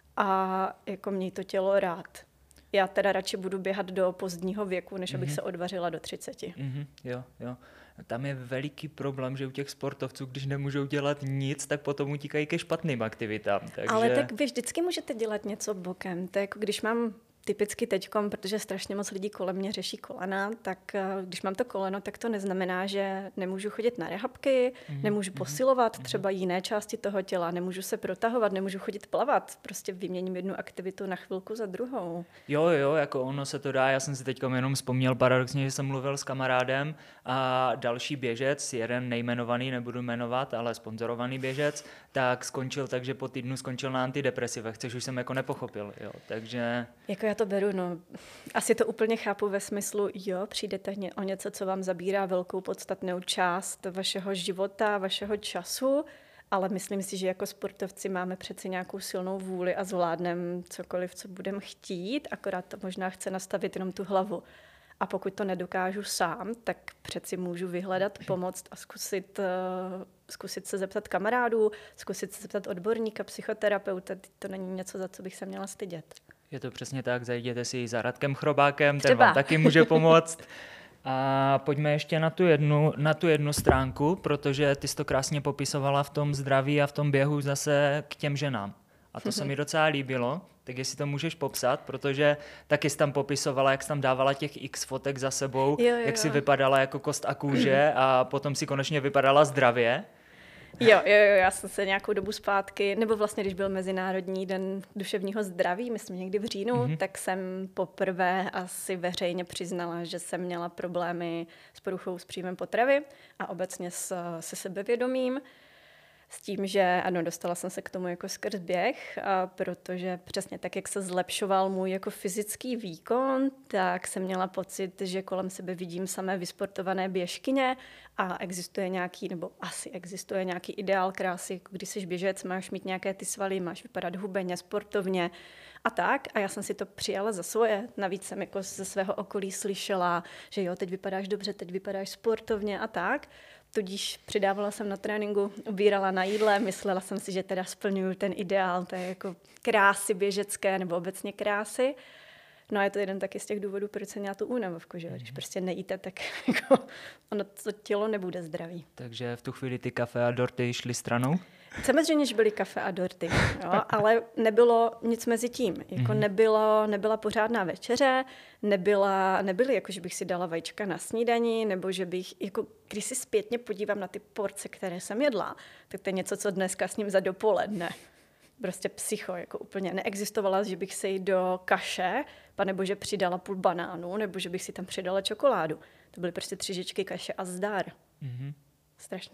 a jako měj to tělo rád. Já teda radši budu běhat do pozdního věku, než abych mm-hmm. se odvařila do třiceti. Mm-hmm. Jo, jo. Tam je veliký problém, že u těch sportovců, když nemůžou dělat nic, tak potom utíkají ke špatným aktivitám. Takže... Ale tak vy vždycky můžete dělat něco bokem. To je jako když mám typicky teďkom, protože strašně moc lidí kolem mě řeší kolena, tak když mám to koleno, tak to neznamená, že nemůžu chodit na rehabky, mm-hmm. nemůžu posilovat mm-hmm. třeba jiné části toho těla, nemůžu se protahovat, nemůžu chodit plavat. Prostě vyměním jednu aktivitu na chvilku za druhou. Jo, jo, jako ono se to dá. Já jsem si teďka jenom vzpomněl paradoxně, že jsem mluvil s kamarádem a další běžec, jeden nejmenovaný, nebudu jmenovat, ale sponzorovaný běžec, tak skončil tak, že po týdnu skončil na antidepresivech, což už jsem jako nepochopil, jo, takže... Jako já to beru, no. Asi to úplně chápu ve smyslu, jo, přijdete o něco, co vám zabírá velkou podstatnou část vašeho života, vašeho času, ale myslím si, že jako sportovci máme přeci nějakou silnou vůli a zvládneme cokoliv, co budeme chtít, akorát to možná chce nastavit jenom tu hlavu. A pokud to nedokážu sám, tak přeci můžu vyhledat pomoc a zkusit, uh, zkusit se zeptat kamarádů, zkusit se zeptat odborníka, psychoterapeuta. To není něco, za co bych se měla stydět. Je to přesně tak, zajděte si za Radkem Chrobákem, ten Třeba. vám taky může pomoct. A pojďme ještě na tu, jednu, na tu jednu stránku, protože ty jsi to krásně popisovala v tom zdraví a v tom běhu zase k těm ženám. A to se mi docela líbilo, tak jestli to můžeš popsat, protože taky jsi tam popisovala, jak jsi tam dávala těch x fotek za sebou, jo, jo, jak jsi jo. vypadala jako kost a kůže a potom si konečně vypadala zdravě. Jo, jo, jo, já jsem se nějakou dobu zpátky, nebo vlastně, když byl Mezinárodní den duševního zdraví, myslím někdy v říjnu, mm-hmm. tak jsem poprvé asi veřejně přiznala, že jsem měla problémy s poruchou s příjmem potravy a obecně s, se sebevědomím. S tím, že ano, dostala jsem se k tomu jako skrz běh, a protože přesně tak, jak se zlepšoval můj jako fyzický výkon, tak jsem měla pocit, že kolem sebe vidím samé vysportované běžkyně a existuje nějaký, nebo asi existuje nějaký ideál krásy, jako když jsi běžec, máš mít nějaké ty svaly, máš vypadat hubeně, sportovně a tak. A já jsem si to přijala za svoje. Navíc jsem jako ze svého okolí slyšela, že jo, teď vypadáš dobře, teď vypadáš sportovně a tak. Tudíž přidávala jsem na tréninku, ubírala na jídle, myslela jsem si, že teda splňuju ten ideál, to je jako krásy běžecké nebo obecně krásy. No a je to jeden taky z těch důvodů, proč jsem měla tu únavovku, že když prostě nejíte, tak jako ono to tělo nebude zdravý. Takže v tu chvíli ty kafe a dorty šly stranou? Samozřejmě, že byly kafe a dorty, jo, ale nebylo nic mezi tím. Jako nebylo, nebyla pořádná večeře, nebyla, nebyly jako, že bych si dala vajíčka na snídani, nebo že bych, jako když si zpětně podívám na ty porce, které jsem jedla, tak to je něco, co dneska s ním za dopoledne. Prostě psycho, jako úplně neexistovala, že bych si do kaše, panebo že přidala půl banánu, nebo že bych si tam přidala čokoládu. To byly prostě tři žičky kaše a zdar. Mm-hmm. Strašný.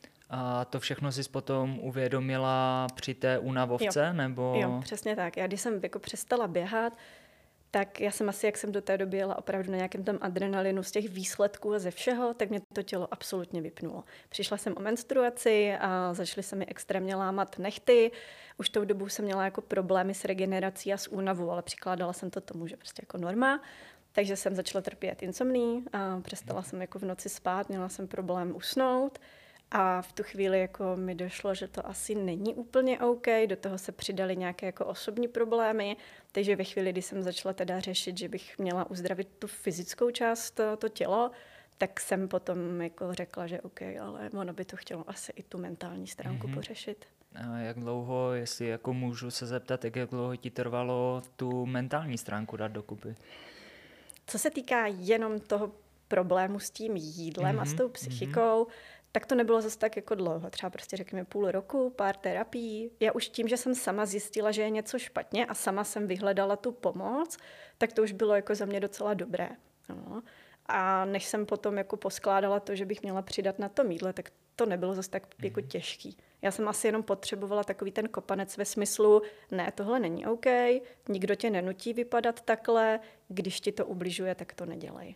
A to všechno jsi potom uvědomila při té únavovce? Jo. Nebo... jo, přesně tak. Já když jsem jako přestala běhat, tak já jsem asi, jak jsem do té doby jela opravdu na nějakém tam adrenalinu z těch výsledků a ze všeho, tak mě to tělo absolutně vypnulo. Přišla jsem o menstruaci a začaly se mi extrémně lámat nehty. Už tou dobu jsem měla jako problémy s regenerací a s únavou, ale přikládala jsem to tomu, že prostě jako norma. Takže jsem začala trpět insomní a přestala jsem jako v noci spát, měla jsem problém usnout. A v tu chvíli jako mi došlo, že to asi není úplně OK, do toho se přidaly nějaké jako osobní problémy, takže ve chvíli, kdy jsem začala teda řešit, že bych měla uzdravit tu fyzickou část, to, to tělo, tak jsem potom jako řekla, že OK, ale ono by to chtělo asi i tu mentální stránku mm-hmm. pořešit. A jak dlouho, jestli jako můžu se zeptat, jak dlouho ti trvalo tu mentální stránku dát dokupy? Co se týká jenom toho problému s tím jídlem mm-hmm. a s tou psychikou, mm-hmm. tak to nebylo zase tak jako dlouho, třeba prostě řekněme půl roku, pár terapií. Já už tím, že jsem sama zjistila, že je něco špatně a sama jsem vyhledala tu pomoc, tak to už bylo jako za mě docela dobré. No. A než jsem potom jako poskládala to, že bych měla přidat na to jídle, tak to nebylo zase tak jako těžký. Já jsem asi jenom potřebovala takový ten kopanec ve smyslu, ne, tohle není OK, nikdo tě nenutí vypadat takhle, když ti to ubližuje, tak to nedělej.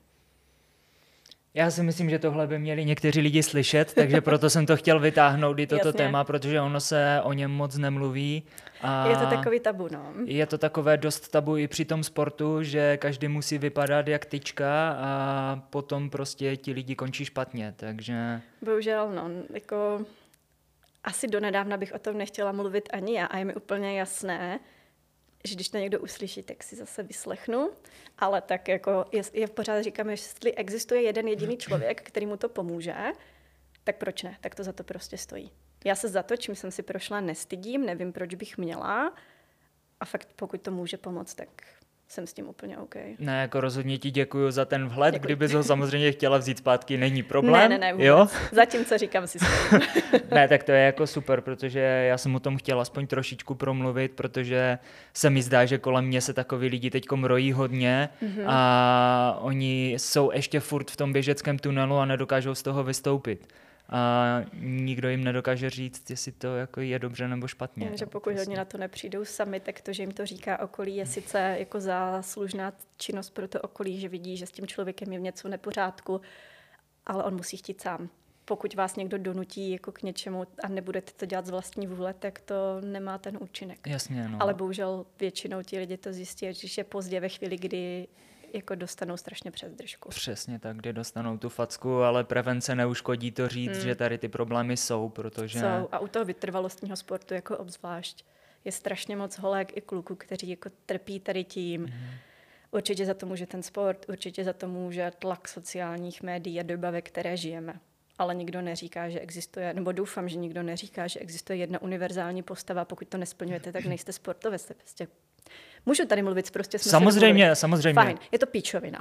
Já si myslím, že tohle by měli někteří lidi slyšet, takže proto jsem to chtěl vytáhnout i toto téma, protože ono se o něm moc nemluví. A je to takový tabu, no. Je to takové dost tabu i při tom sportu, že každý musí vypadat jak tyčka a potom prostě ti lidi končí špatně, takže... Bohužel, no, jako asi donedávna bych o tom nechtěla mluvit ani já a je mi úplně jasné, že když to někdo uslyší, tak si zase vyslechnu, ale tak jako je, je pořád říkám, že jestli existuje jeden jediný člověk, který mu to pomůže, tak proč ne? Tak to za to prostě stojí. Já se za to, čím jsem si prošla, nestydím, nevím, proč bych měla a fakt pokud to může pomoct, tak jsem s tím úplně OK. Ne, jako rozhodně ti děkuju za ten vhled, děkuji. Kdybys ho samozřejmě chtěla vzít zpátky, není problém. Ne, ne, ne, vůbec. Jo? Zatím, co říkám, si stojím. Ne, tak to je jako super, protože já jsem o tom chtěla aspoň trošičku promluvit, protože se mi zdá, že kolem mě se takový lidi teďkom rojí hodně mm-hmm. a oni jsou ještě furt v tom běžeckém tunelu a nedokážou z toho vystoupit. A nikdo jim nedokáže říct, jestli to jako je dobře nebo špatně. Že pokud hodně na to nepřijdou sami, tak to, že jim to říká okolí, je sice jako záslužná činnost pro to okolí, že vidí, že s tím člověkem je něco nepořádku, ale on musí chtít sám. Pokud vás někdo donutí jako k něčemu a nebudete to dělat z vlastní vůle, tak to nemá ten účinek. Jasně, no. Ale bohužel většinou ti lidi to zjistí, že je pozdě ve chvíli, kdy jako dostanou strašně přes držku. Přesně tak, kdy dostanou tu facku, ale prevence neuškodí to říct, hmm. že tady ty problémy jsou, protože... Jsou a u toho vytrvalostního sportu jako obzvlášť je strašně moc holek i kluků, kteří jako trpí tady tím. Hmm. Určitě za to může ten sport, určitě za to může tlak sociálních médií a doba, ve které žijeme. Ale nikdo neříká, že existuje, nebo doufám, že nikdo neříká, že existuje jedna univerzální postava, pokud to nesplňujete, tak nejste sportovec, jste prostě Můžu tady mluvit prostě? Jsme samozřejmě, samozřejmě. Fajn, je to píčovina.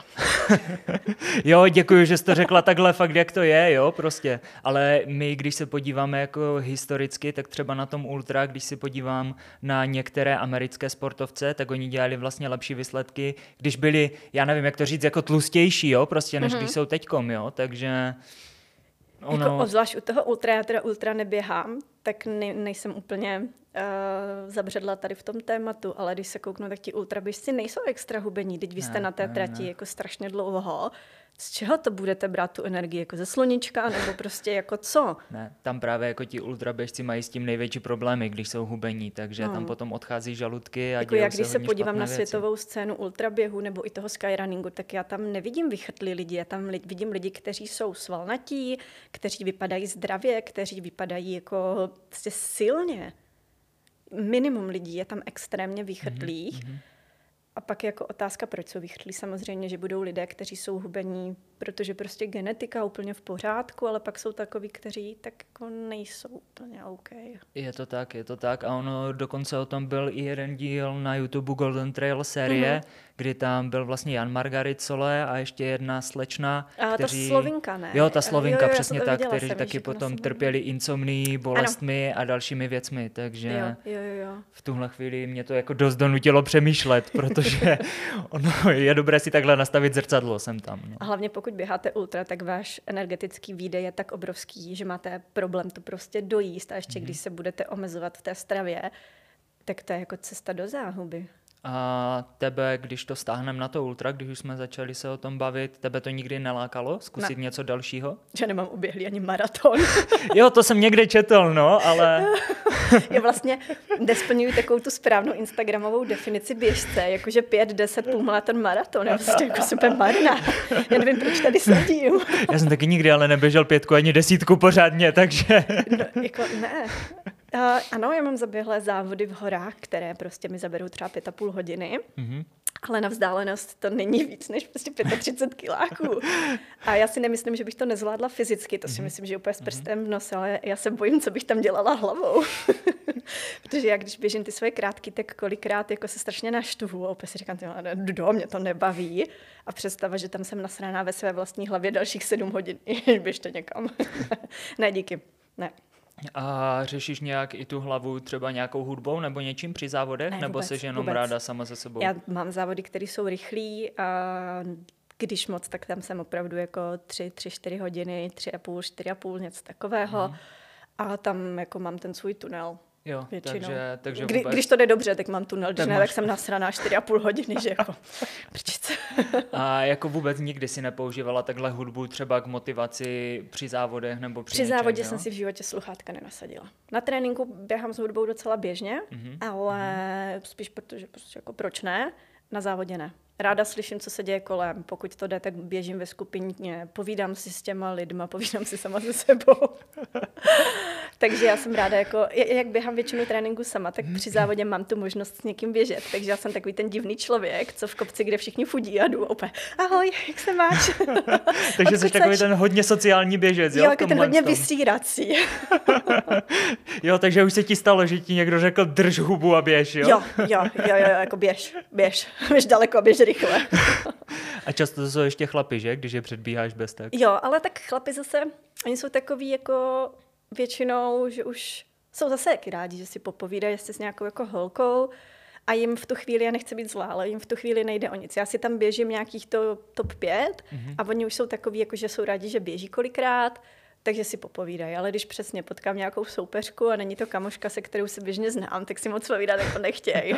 Jo, děkuji, že jsi to řekla takhle fakt, jak to je, jo, prostě. Ale my, když se podíváme jako historicky, tak třeba na tom ultra, když se podívám na některé americké sportovce, tak oni dělali vlastně lepší výsledky, když byli, já nevím, jak to říct, jako tlustější, jo, prostě, než mm-hmm. když jsou teďkom, jo, takže... Ono... Jako obzvlášť u toho ultra, já teda ultra neběhám, tak ne, nejsem úplně uh, zabředla tady v tom tématu, ale když se kouknu, tak ti ultraběžci nejsou extra hubení, teď vy jste ne, na té ne, trati ne. jako strašně dlouho. Z čeho to budete brát tu energii? Jako ze sluníčka, nebo prostě jako co? Ne, tam právě jako ti ultraběžci mají s tím největší problémy, když jsou hubení, takže no. tam potom odchází žaludky a jako jak když se podívám na světovou věci. Scénu ultraběhu nebo i toho skyrunningu, tak já tam nevidím vychrtlí lidi, já tam li- vidím lidi, kteří jsou svalnatí, kteří vypadají zdravě, kteří vypadají jako prostě silně. Minimum lidí je tam extrémně vychrtlých. Mm-hmm. A pak jako otázka, proč jsou vychrtlí. Samozřejmě, že budou lidé, kteří jsou hubení, protože prostě genetika úplně v pořádku, ale pak jsou takoví, kteří tak jako nejsou úplně OK. Je to tak, je to tak. A ono dokonce o tom byl i jeden díl na YouTube Golden Trail série, mm-hmm. kdy tam byl vlastně Jan Margarit Sole a ještě jedna slečna, a kteří... ta Slovinka, ne? Jo, ta Slovinka, jo, jo, přesně tak, kteří jsem, taky potom trpěli insomnií, bolestmi ano. a dalšími věcmi, takže jo, jo, jo. v tuhle chvíli mě to jako dost donutilo přemýšlet, protože ono je dobré si takhle nastavit zrcadlo sem tam. No. A hlavně pokud běháte ultra, tak váš energetický výdej je tak obrovský, že máte problém to prostě dojíst a ještě mm-hmm. když se budete omezovat v té stravě, tak to je jako cesta do záhuby. A tebe, když to stáhneme na to ultra, když už jsme začali se o tom bavit, tebe to nikdy nelákalo zkusit ne. něco dalšího? Že nemám uběhlý ani maraton. Jo, to jsem někde četl, no, ale... Já vlastně nesplňuji takovou tu správnou instagramovou definici běžce, jakože pět, deset, půlmaraton, maraton. Já vlastně jako super marná. Já nevím, proč tady sedím. Já jsem taky nikdy ale neběžel pětku ani desítku pořádně, takže... No, jako ne. Uh, ano, já mám zaběhlé závody v horách, které prostě mi zaberou třeba pět a půl hodiny, mm-hmm. ale na vzdálenost to není víc než prostě třicet pět kiláků. A já si nemyslím, že bych to nezvládla fyzicky, to si mm-hmm. myslím, že je úplně s prstem v nose, ale já se bojím, co bych tam dělala hlavou. Protože já, když běžím ty svoje krátky, tak kolikrát jako se strašně naštvu a opět si říkám, do mě to nebaví. A představa, že tam jsem nasraná ve své vlastní hlavě dalších sedm hodin, běžte někam. Ne, díky, ne. A řešíš nějak i tu hlavu třeba nějakou hudbou nebo něčím při závodech? Ne, nebo jsi jenom vůbec. ráda sama se sebou? Já mám závody, které jsou rychlý a když moc, tak tam jsem opravdu jako tři, tři, čtyři hodiny, tři a půl, čtyři a půl, něco takového. Hmm. A tam jako mám ten svůj tunel. Jo, takže, takže Kdy, vůbec... Když to jde dobře, tak mám tunel, když ne, tak jsem nasraná čtyři a půl hodiny, že jako prčice. A jako vůbec nikdy si nepoužívala takhle hudbu třeba k motivaci při závodech nebo při Při něčem, závodě jo? jsem si v životě sluchátka nenasadila. Na tréninku běhám s hudbou docela běžně, mm-hmm. ale mm-hmm. spíš protože prostě jako proč ne, na závodě ne. Ráda slyším, co se děje kolem. Pokud to jde, tak běžím ve skupině, povídám si s těma lidma, povídám si sama se sebou. Takže já jsem ráda, jako, jak běhám většinu tréninku sama, tak při závodě mám tu možnost s někým běžet. Takže já jsem takový ten divný člověk, co v kopci, kde všichni fudí a jdu opět. Ahoj, jak se máš? Takže jsi takový ten hodně sociální běžec, jo? Jo, jako ten hodně vysírací. Jo, takže už se ti stalo, že ti někdo řekl drž hubu a běž, jo? Jo, jo, jo, jo, jako běž, běž. Běž daleko a běž rychle. A často to jsou ještě chlapi, že? Když je předbíháš bez tak. Jo, ale tak chlapi zase, oni jsou takový jako většinou, že už jsou zase jaký rádi, že si popovídají jestli s nějakou jako holkou a jim v tu chvíli, já nechci být zlá, ale jim v tu chvíli nejde o nic. Já si tam běžím nějakých to top pět mm-hmm. a oni už jsou takový, jako že jsou rádi, že běží kolikrát, takže si popovídají. Ale když přesně potkám nějakou soupeřku a není to kamoška, se kterou se běžně znám, tak si moc povídat jako nechtějí.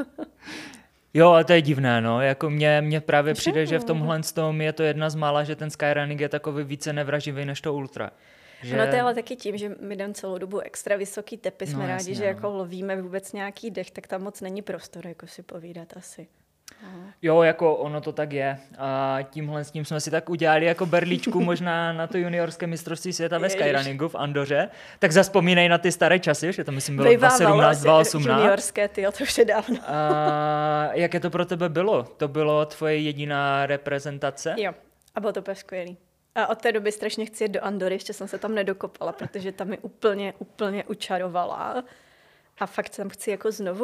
Jo, ale to je divné, no. Jako mně, mně právě přijde, že v tomhle tom je to jedna z mála, že ten skyrunning je takový více nevraživý než to ultra. Že... No to je ale taky tím, že my jdeme celou dobu extra vysoký tepy, jsme no, rádi, jasně, že no. jako lovíme vůbec nějaký dech, tak tam moc není prostor jako si povídat asi. No. Jo, jako ono to tak je. A tímhle s tím jsme si tak udělali jako berličku možná na to juniorské mistrovství světa ve skyrunningu v Andoře. Tak zavzpomínej na ty staré časy, že to myslím bylo dvacet sedmnáct, dvacet osmnáct. Juniorské, tyjo, to už je dávno. A jaké to pro tebe bylo? To bylo tvoje jediná reprezentace? Jo, a bylo to úplně skvělý. A od té doby strašně chci jít do Andory, ještě jsem se tam nedokopala, protože tam mi úplně, úplně učarovala. A fakt tam chci jako znovu.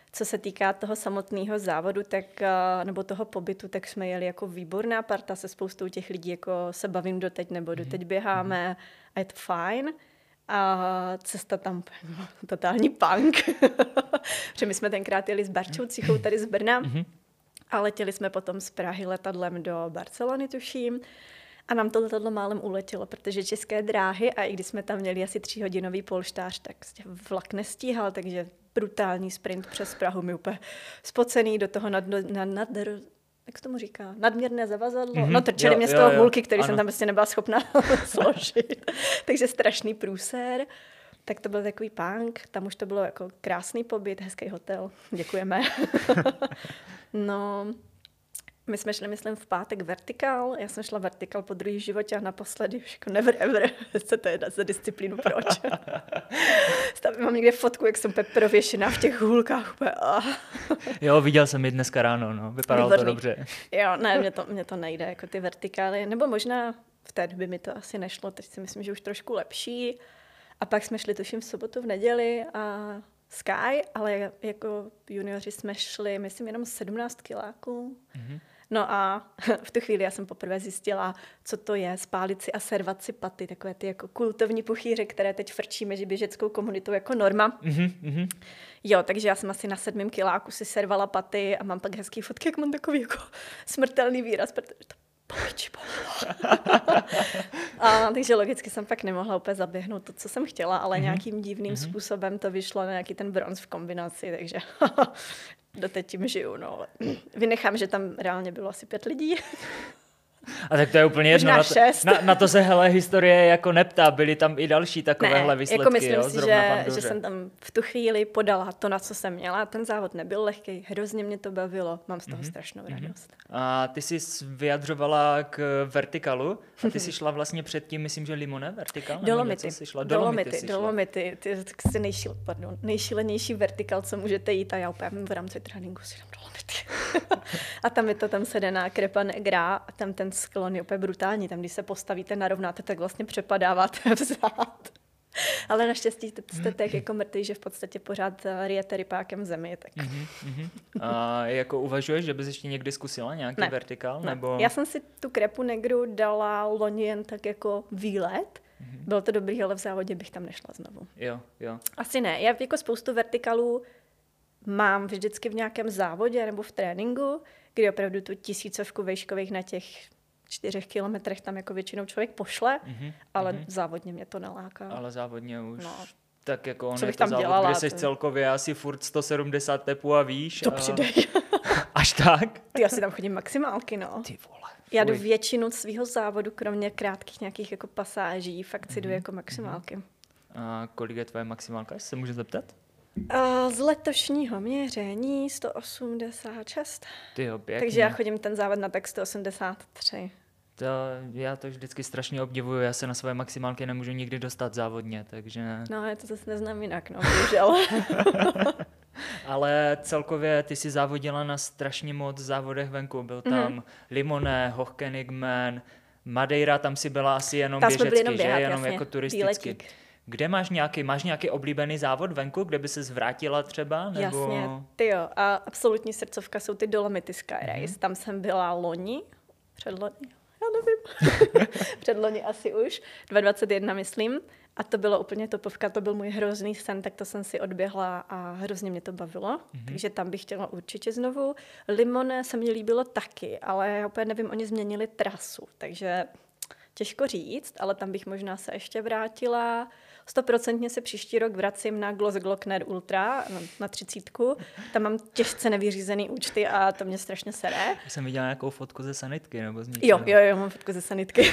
co se týká toho samotného závodu, tak, nebo toho pobytu, tak jsme jeli jako výborná parta se spoustou těch lidí, jako se bavím doteď, nebo doteď běháme a je to fajn. A cesta tam totální punk. Protože my jsme tenkrát jeli s Barčou Cichou tady z Brna a letěli jsme potom z Prahy letadlem do Barcelony, tuším. A nám to letadlo málem uletělo, protože České dráhy, a i když jsme tam měli asi tříhodinový polštář, tak vlak nestíhal, takže brutální sprint přes Prahu, mi úplně spocený do toho nad, nad, nad, jak se tomu říká, nadměrné zavazadlo. Mm-hmm. No trčeli mě z toho hůlky, který ano. jsem tam prostě nebyla schopna složit. Takže strašný průser. Tak to byl takový punk, tam už to bylo jako krásný pobyt, hezký hotel, děkujeme. No... My jsme šli, myslím, v pátek vertikál. Já jsem šla vertikál po druhý životě a naposledy už jako never ever. Co to je za disciplínu, proč? Stavím, mám někde fotku, jak jsem prověšená v těch hůlkách. Úplně, oh. Jo, viděl jsem ji dneska ráno, no. Vypadalo Výborný. To dobře. Jo, ne, mně to, mně to nejde, jako ty vertikály. Nebo možná v té době mi to asi nešlo, teď si myslím, že už trošku lepší. A pak jsme šli, tuším, v sobotu, v neděli a Sky, ale jako junioři jsme šli, myslím, jenom sedmnáct kiláků. Mm-hmm. No a v tu chvíli já jsem poprvé zjistila, co to je spálit si a servat si paty, takové ty jako kultovní puchýře, které teď frčíme, že běžeckou komunitou jako norma. Mm-hmm. Jo, takže já jsem asi na sedmém kiláku si servala paty a mám pak hezký fotky, jak mám takový jako smrtelný výraz, protože to poliči A takže logicky jsem pak nemohla úplně zaběhnout to, co jsem chtěla, ale mm-hmm. nějakým divným mm-hmm. způsobem to vyšlo na nějaký ten bronz v kombinaci, takže doteď tím žiju. No. Vynechám, že tam reálně bylo asi pět lidí. A tak to je úplně jedno. Na to, na, na to se hele historie jako neptá, byly tam i další takovéhle výsledky. Jako myslím jo, si, že, že jsem tam v tu chvíli podala to, na co jsem měla. Ten závod nebyl lehký, hrozně mě to bavilo, mám z toho mm-hmm. strašnou radost. A ty jsi vyjadřovala k vertikalu a ty jsi šla vlastně předtím, myslím, že Limone vertikal? Dolomity. Šla? Dolomity, Dolomity. Dolomity. Ty jsi nejšíl, pardon, nejšílenější vertikal, co můžete jít a já úplně v rámci tréninku si dám Dolomity. A tam je to tam sedená Crepa Negra a tam ten sklon je úplně brutální. Tam, když se postavíte, narovnáte, tak vlastně přepadáváte vzad. Ale naštěstí jste tak jako mrtvý, že v podstatě pořád ryjete rypákem v zemi. Tak. Mm-hmm. A jako uvažuješ, že bys ještě někdy zkusila nějaký ne. vertikál? Ne. Nebo... Já jsem si tu Crepu Negru dala loni jen tak jako výlet. Mm-hmm. Bylo to dobrý, ale v závodě bych tam nešla znovu. Jo, jo. Asi ne. Já jako spoustu vertikalů mám vždycky v nějakém závodě nebo v tréninku, kdy opravdu tu tisícovku vejškových na těch čtyřech kilometrech tam jako většinou člověk pošle, mm-hmm, ale mm-hmm. závodně mě to neláká. Ale závodně už no. tak jako on co je bych to tam závod, dělala, kde jsi to... celkově asi furt sto sedmdesát tepů a výš. To a... přidej. Až tak? Ty asi tam chodím maximálky, no. Ty vole. Fuj. Já jdu většinu svého závodu, kromě krátkých nějakých jako pasáží, fakt si mm-hmm. jdu jako maximálky. Mm-hmm. A kolik je tvoje maximálka, jestli se můžu zeptat? Uh, z letošního měření sto osmdesát šest. Tyjo, pěkně. Takže já chodím ten závod na tak sto osmdesát tři. To, já to vždycky strašně obdivuju, já se na své maximálky nemůžu nikdy dostat závodně, takže... No, já to zase neznám jinak, no, bohužel. Ale celkově ty jsi závodila na strašně moc závodech venku, byl tam mm-hmm. Limone, Hochkenigman, Madeira, tam si byla asi jenom tam běžecky, jenom běhat, že? Jenom jasně, jako turisticky. Výletík. Kde máš nějaký, máš nějaký oblíbený závod venku, kde by se zvrátila třeba? Nebo... Jasně, ty jo. A absolutní srdcovka jsou ty Dolomity Sky Race. Mm-hmm. Tam jsem byla loni, předloni, já nevím, předloni asi už, dvacet dvacet jedna myslím. A to bylo úplně topovka, to byl můj hrozný sen, tak to jsem si odběhla a hrozně mě to bavilo. Mm-hmm. Takže tam bych chtěla určitě znovu. Limone se mi líbilo taky, ale já úplně nevím, oni změnili trasu, takže těžko říct, ale tam bych možná se ještě vrátila. Stoprocentně se příští rok vracím na Glossglockner Ultra, na třicítku. Tam mám těžce nevyřízený účty a to mě strašně sere. Já jsem viděla nějakou fotku ze sanitky, nebo z něčeho. Jo, jo, jo, mám fotku ze sanitky.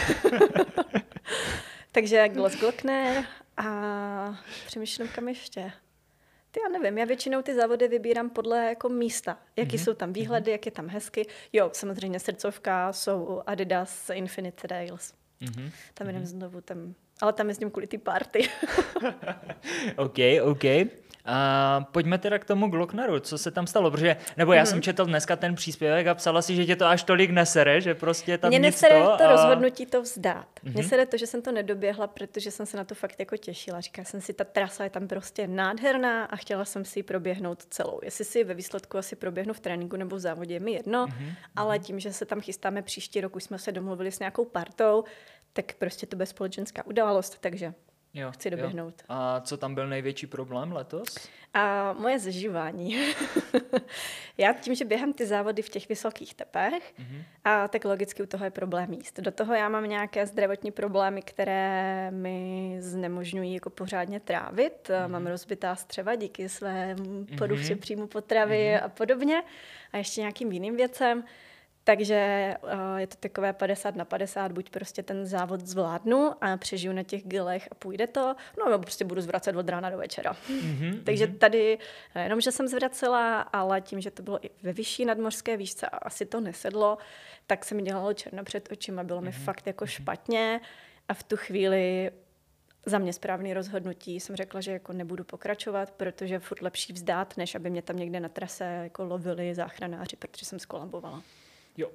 Takže Glossglockner a přemýšlím, kam ještě. Ty já nevím, já většinou ty závody vybírám podle jako místa. Jaký mm-hmm. jsou tam výhledy, mm-hmm. jak je tam hezky. Jo, samozřejmě srdcovka jsou Adidas Infinite Trails. Mm-hmm. Tam jdem mm-hmm. znovu, tam, ale tam jezdím kvůli ty party. OK, OK. A pojďme teda k tomu Glockneru, co se tam stalo, protože, nebo já mm-hmm. jsem četl dneska ten příspěvek a psala si, že tě to až tolik nesere, že prostě tam Mně nic nesere to, to a... rozhodnutí to vzdát. Mm-hmm. Mně sere to, že jsem to nedoběhla, protože jsem se na to fakt jako těšila. Říkala jsem si, ta trasa je tam prostě nádherná a chtěla jsem si ji proběhnout celou. Jestli si ve výsledku asi proběhnu v tréninku nebo v závodě, je mi jedno, mm-hmm. ale tím, že se tam chystáme příští rok, už jsme se domluvili s nějakou partou, tak prostě to bude společenská událost, takže jo, chci doběhnout. Jo. A co tam byl největší problém letos? A moje zažívání. Já tím, že běhám ty závody v těch vysokých tepech, mm-hmm. a tak logicky u toho je problém jíst. Do toho já mám nějaké zdravotní problémy, které mi znemožňují jako pořádně trávit. Mm-hmm. Mám rozbitá střeva díky svému poruše mm-hmm. příjmu potravy mm-hmm. a podobně. A ještě nějakým jiným věcem. Takže uh, je to takové padesát na padesát, buď prostě ten závod zvládnu a přežiju na těch gilech a půjde to, no nebo prostě budu zvracet od rána do večera. Mm-hmm, Takže mm-hmm. tady nejenom, že jsem zvracela, ale tím, že to bylo i ve vyšší nadmořské výšce a asi to nesedlo, tak se mi dělalo černo před očima, bylo mm-hmm. mi fakt jako mm-hmm. špatně a v tu chvíli za mě správný rozhodnutí jsem řekla, že jako nebudu pokračovat, protože je furt lepší vzdát, než aby mě tam někde na trase jako lovili záchranáři, protože jsem skolabovala. Jo.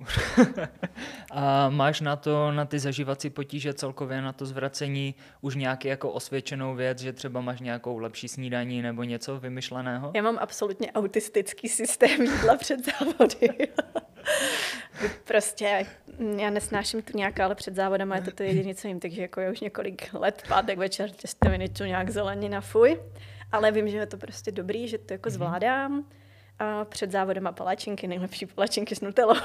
A máš na to, na ty zažívací potíže celkově, na to zvracení už nějaký jako osvědčenou věc, že třeba máš nějakou lepší snídaní nebo něco vymyšleného? Já mám absolutně autistický systém jídla před závody. Prostě já nesnáším tu nějak, ale před závodama je to to jediné, co jim, takže jako já už několik let, pátek večer, těsté mi něco nějak zelenina, fuj. Ale vím, že je to prostě dobrý, že to jako zvládám. A před závodem a palačinky, nejlepší palačinky s nutellou.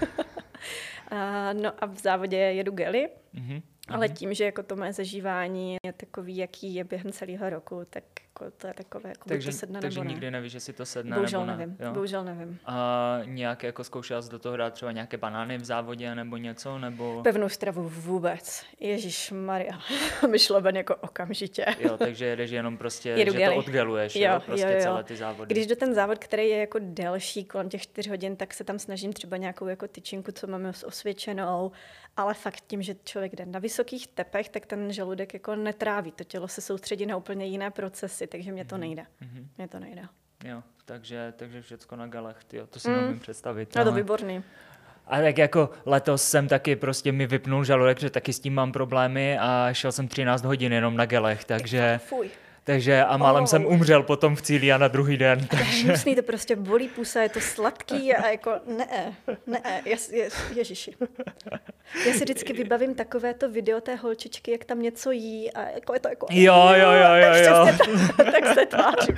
a, no a v závodě jedu gely, mm-hmm. ale tím, že jako to moje zažívání je takový, jaký je během celého roku, tak jako to je takové, jako takže, to sedne takže nebo ne. nikdy nevíš, jestli to sedne Bohužel nebo ne. Nevím, jo? Bohužel nevím. A nějak jako zkoušela jsi do toho dát třeba nějaké banány v závodě nebo něco? Nebo... Pevnou stravu vůbec. Ježišmarja. Myšloben jako okamžitě. Jo, takže jedeš jenom prostě, Jedu že gely. to odgeluješ, jo, jo, prostě jo, jo. celé ty závody. Když do ten závod, který je jako delší, kolem těch čtyř hodin, tak se tam snažím třeba nějakou jako tyčinku, co máme osvědčenou, ale fakt tím, že člověk jde na vysokých tepech, tak ten žaludek jako netráví. To tělo se soustředí na úplně jiné procesy, takže mě to nejde. Mm-hmm. Mě to nejde. Jo, takže, takže všecko na galech, tyjo, to si mm. neumím představit. No to výborný. A tak jako letos jsem taky prostě mi vypnul žaludek, že taky s tím mám problémy a šel jsem třináct hodin jenom na gelech, takže... Fuj. Takže a málem oh. jsem umřel potom v cíli a na druhý den. Takže... Hnusný, to prostě bolí pusa, je to sladký a jako ne, ne, jes, jes, ježiši. Já si vždycky vybavím takovéto video té holčičky, jak tam něco jí a jako je to jako... Jo, jo, jo, jo, jo. Tak, tak se tváří.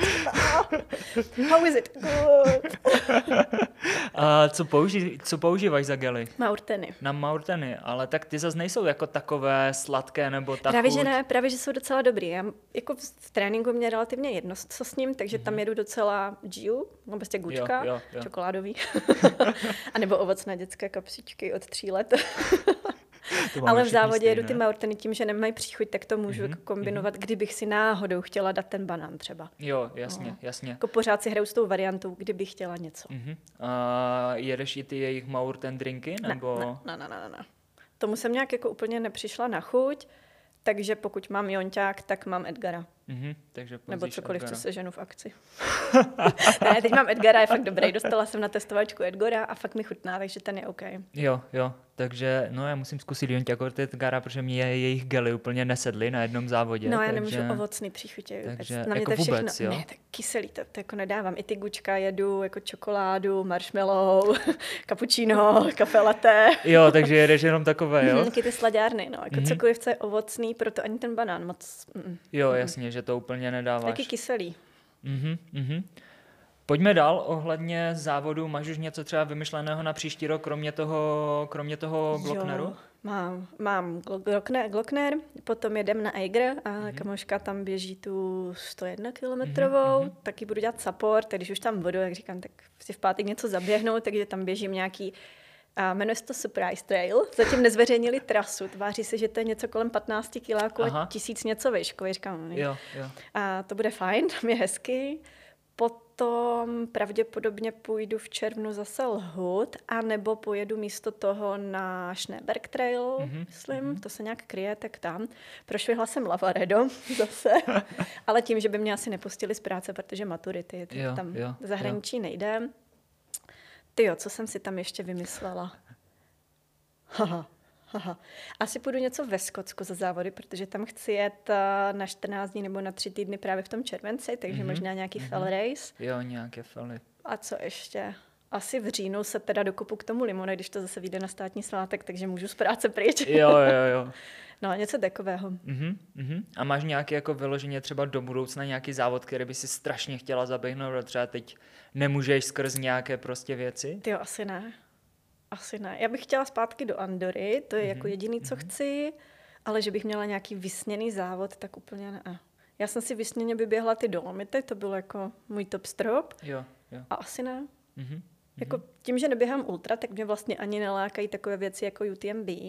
How is it? Good. A co, použi- co používáš za gely? Maurteny. Na Maurteny, ale tak ty zase nejsou jako takové sladké nebo tak. Právě, že ne, právě, že jsou docela dobrý. Já jako v tréninku mě relativně jedno, co s ním, takže mm-hmm. tam jedu docela Giu, no prostě gučka, jo, jo, jo. čokoládový, a nebo ovocné dětské kapsičky od tří let. Ale v závodě stejné. Jedu ty Maurteny tím, že nemají příchuť, tak to můžu mm-hmm. kombinovat, mm-hmm. kdybych si náhodou chtěla dát ten banán třeba. Jo, jasně, no. jasně. Jako pořád si hraju s tou variantou, kdybych chtěla něco. Mm-hmm. A jedeš i ty jejich Maurten drinky? Nebo... Ne, ne, ne, ne, ne. Tomu jsem nějak jako úplně nepřišla na chuť, takže pokud mám Jonťák, tak mám Edgara. Mm-hmm, takže nebo cokoliv, Edgara. co seženu v akci. Ne, teď mám Edgara, je fakt dobrý. Dostala jsem na testovačku Edgara a fakt mi chutná, takže ten je OK. Jo, jo, takže no já musím zkusit Jonťák od Edgara, protože mě jejich gely úplně nesedly na jednom závodě. No já takže... nemůžu ovocný příchutě. Takže na mě jako to všechno, vůbec, jo? Ne, tak kyselý, to, to jako nedávám. I ty gučka jedu jako čokoládu, marshmallow, cappuccino, kafe latte. Jo, takže jedeš jenom takové, jo? Taky ty slaďárny, no. Jako mm-hmm. cokoliv, co je ovocný, proto ani ten banán moc... Mm. Jo, jasně, že to úplně nedáváš. Taky kyselý. Mhm, mhm. Pojďme dál ohledně závodu. Máš už něco třeba vymyšleného na příští rok, kromě toho, kromě toho Glockneru? Jo, mám, mám Glockner, Glockner, potom jedem na Eiger a mm-hmm. kamoška tam běží tu sto jedna kilometrovou, mm-hmm. taky budu dělat support, tak když už tam budu, jak říkám, tak si v pátek něco zaběhnout, takže tam běžím nějaký, a jmenuje se to Surprise Trail, zatím nezveřejnili trasu, tváří se, že to je něco kolem patnáct kiláků a tisíc něco výškový, říkám, jo, jo. A to bude fajn, tam je hezky. Potom Potom pravděpodobně půjdu v červnu zase Lhut, anebo pojedu místo toho na Schneeberg Trail, mm-hmm. myslím, mm-hmm. to se nějak kryje, tak tam. Prošvihla jsem Lavaredo zase, ale tím, že by mě asi nepustili z práce, protože maturity, tak jo, tam jo, zahraničí jo. nejde. Tyjo, co jsem si tam ještě vymyslela? Haha. Aha. Asi půjdu něco ve Skotsku za závody, protože tam chci jet na čtrnáct dní nebo na tři týdny právě v tom červenci, takže mm-hmm. možná nějaký mm-hmm. fell race. Jo, nějaké felly. A co ještě? Asi v říjnu se teda dokupu k tomu Limone, když to zase vyjde na státní svátek, takže můžu z práce pryč. Jo, jo, jo. No, něco takového. Uh-huh, uh-huh. A máš nějaký jako vyloženě třeba do budoucna nějaký závod, který by si strašně chtěla zaběhnout, třeba teď nemůžeš skrz nějaké prostě věci? Tyjo, asi ne. Asi ne. Já bych chtěla zpátky do Andory, to je mm-hmm. jako jediný, co mm-hmm. chci, ale že bych měla nějaký vysněný závod, tak úplně ne. Já jsem si vysněně vyběhla ty Dolomity, to byl jako můj top strop. Jo, jo. A asi ne. Mm-hmm. Jako tím, že neběhám ultra, tak mě vlastně ani nelákají takové věci jako U T M B.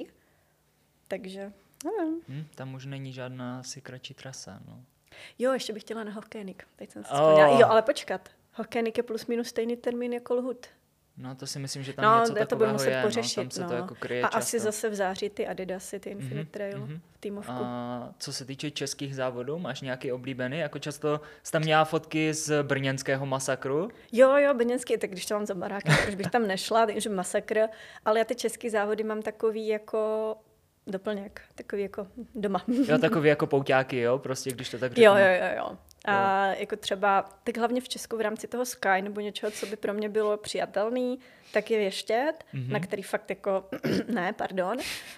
Takže, nevím. Hmm, tam už není žádná asi kratší trasa, no. Jo, ještě bych chtěla na Hochkénik. Teď jsem si vzpomněla. Oh. Jo, ale počkat. Hochkénik je plus minus stejný termín jako Lhut. No to si myslím, že tam no, něco to budu muset je, pořešit, no, tam se no. to jako kryje a často. asi zase v září ty Adidasy, ty Infinite mm-hmm, Trail mm-hmm. v týmovku. A co se týče českých závodů, máš nějaký oblíbený? Jako často jsi tam měla fotky z brněnského masakru? Jo, jo, brněnský, tak když to mám za barákem, už bych tam nešla, takže masakr, ale já ty český závody mám takový jako doplněk, takový jako doma. Jo, takový jako pouťáky, jo, prostě když to tak řeknu. Jo, jo, jo, jo. A jo. Jako třeba, tak hlavně v Česku v rámci toho Sky nebo něčeho, co by pro mě bylo přijatelný, tak je Věštěd, mm-hmm. na který fakt jako, ne, pardon.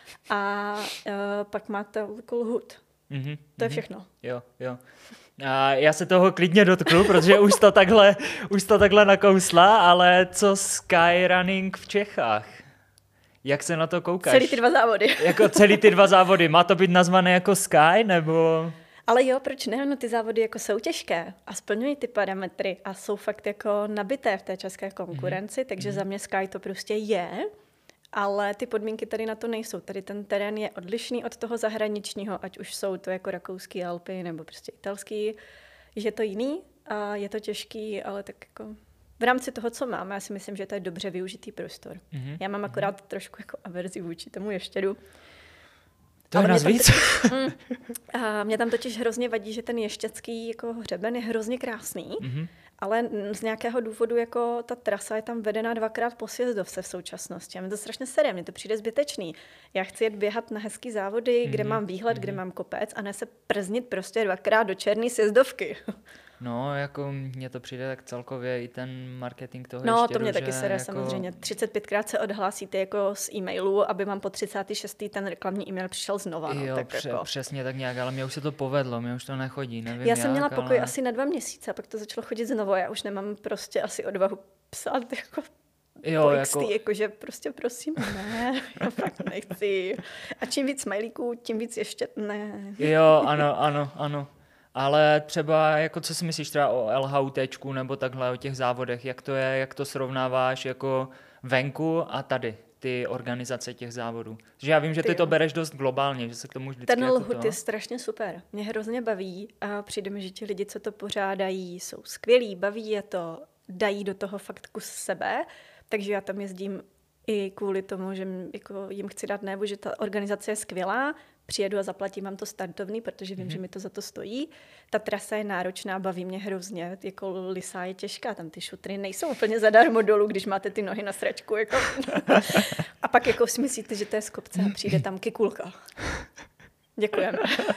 A uh, pak máte jako Lhut. Mm-hmm. To je všechno. Jo, jo. A já se toho klidně dotknu, protože už to takhle, už to takhle nakousla, ale co skyrunning v Čechách? Jak se na to koukáš? Celý ty dva závody. Jako celý ty dva závody. Má to být nazvané jako Sky, nebo... Ale jo, proč ne? No ty závody jako jsou těžké a splňují ty parametry a jsou fakt jako nabité v té české konkurenci, mm. takže mm. za mě Sky to prostě je, ale ty podmínky tady na to nejsou. Tady ten terén je odlišný od toho zahraničního, ať už jsou to jako rakouský Alpy nebo prostě italský, že je to jiný a je to těžký, ale tak jako... V rámci toho, co máme, já si myslím, že to je dobře využitý prostor. Mm-hmm. Já mám akorát mm-hmm. trošku jako averzi vůči tomu ještědu. To je nás víc. mm, a mě tam totiž hrozně vadí, že ten ještěcký jako hřeben je hrozně krásný, mm-hmm. ale z nějakého důvodu jako ta trasa je tam vedená dvakrát po sjezdovce v současnosti. A mě to strašně sere, mně to přijde zbytečný. Já chci jet běhat na hezký závody, mm-hmm. kde mám výhled, mm-hmm. kde mám kopec a ne se prznit prostě dvakrát do černý sjezdovky. No, jako mně to přijde tak celkově i ten marketing toho No, ještědu, to mě taky sere jako... samozřejmě. třicet pětkrát se odhlásíte jako z e-mailu, aby vám po třicátém šestém ten reklamní e-mail přišel znova. No, jo, tak pře- jako... přesně tak nějak, ale mě už se to povedlo, mě už to nechodí, nevím Já jsem jak, měla pokoj ale... asi na dva měsíce a pak to začalo chodit znovu. Já už nemám prostě asi odvahu psát jako jo, po jako... X T, jakože prostě prosím, ne, já fakt nechci. A čím víc mailíků, tím víc ještě ne. Jo, ano, ano, ano. Ale třeba, jako co si myslíš třeba o LHUTčku nebo takhle o těch závodech, jak to je, jak to srovnáváš jako venku a tady, ty organizace těch závodů? Že já vím, že ty, ty to bereš dost globálně, že se k tomu vždycky... Ten jako Lhut to... je strašně super, mě hrozně baví a přijde mi, že ti lidi, co to pořádají, jsou skvělí, baví je to, dají do toho fakt kus sebe, takže já tam jezdím i kvůli tomu, že jako jim chci dát najevo, že ta organizace je skvělá, přijedu a zaplatím vám to startovný, protože vím, mm-hmm. že mi to za to stojí. Ta trasa je náročná, baví mě hrozně, jako Lisa je těžká, tam ty šutry nejsou úplně zadarmo dolů, když máte ty nohy na sračku. Jako. A pak jako si myslíte, že to je z kopce a přijde tam kikulka. Děkujeme.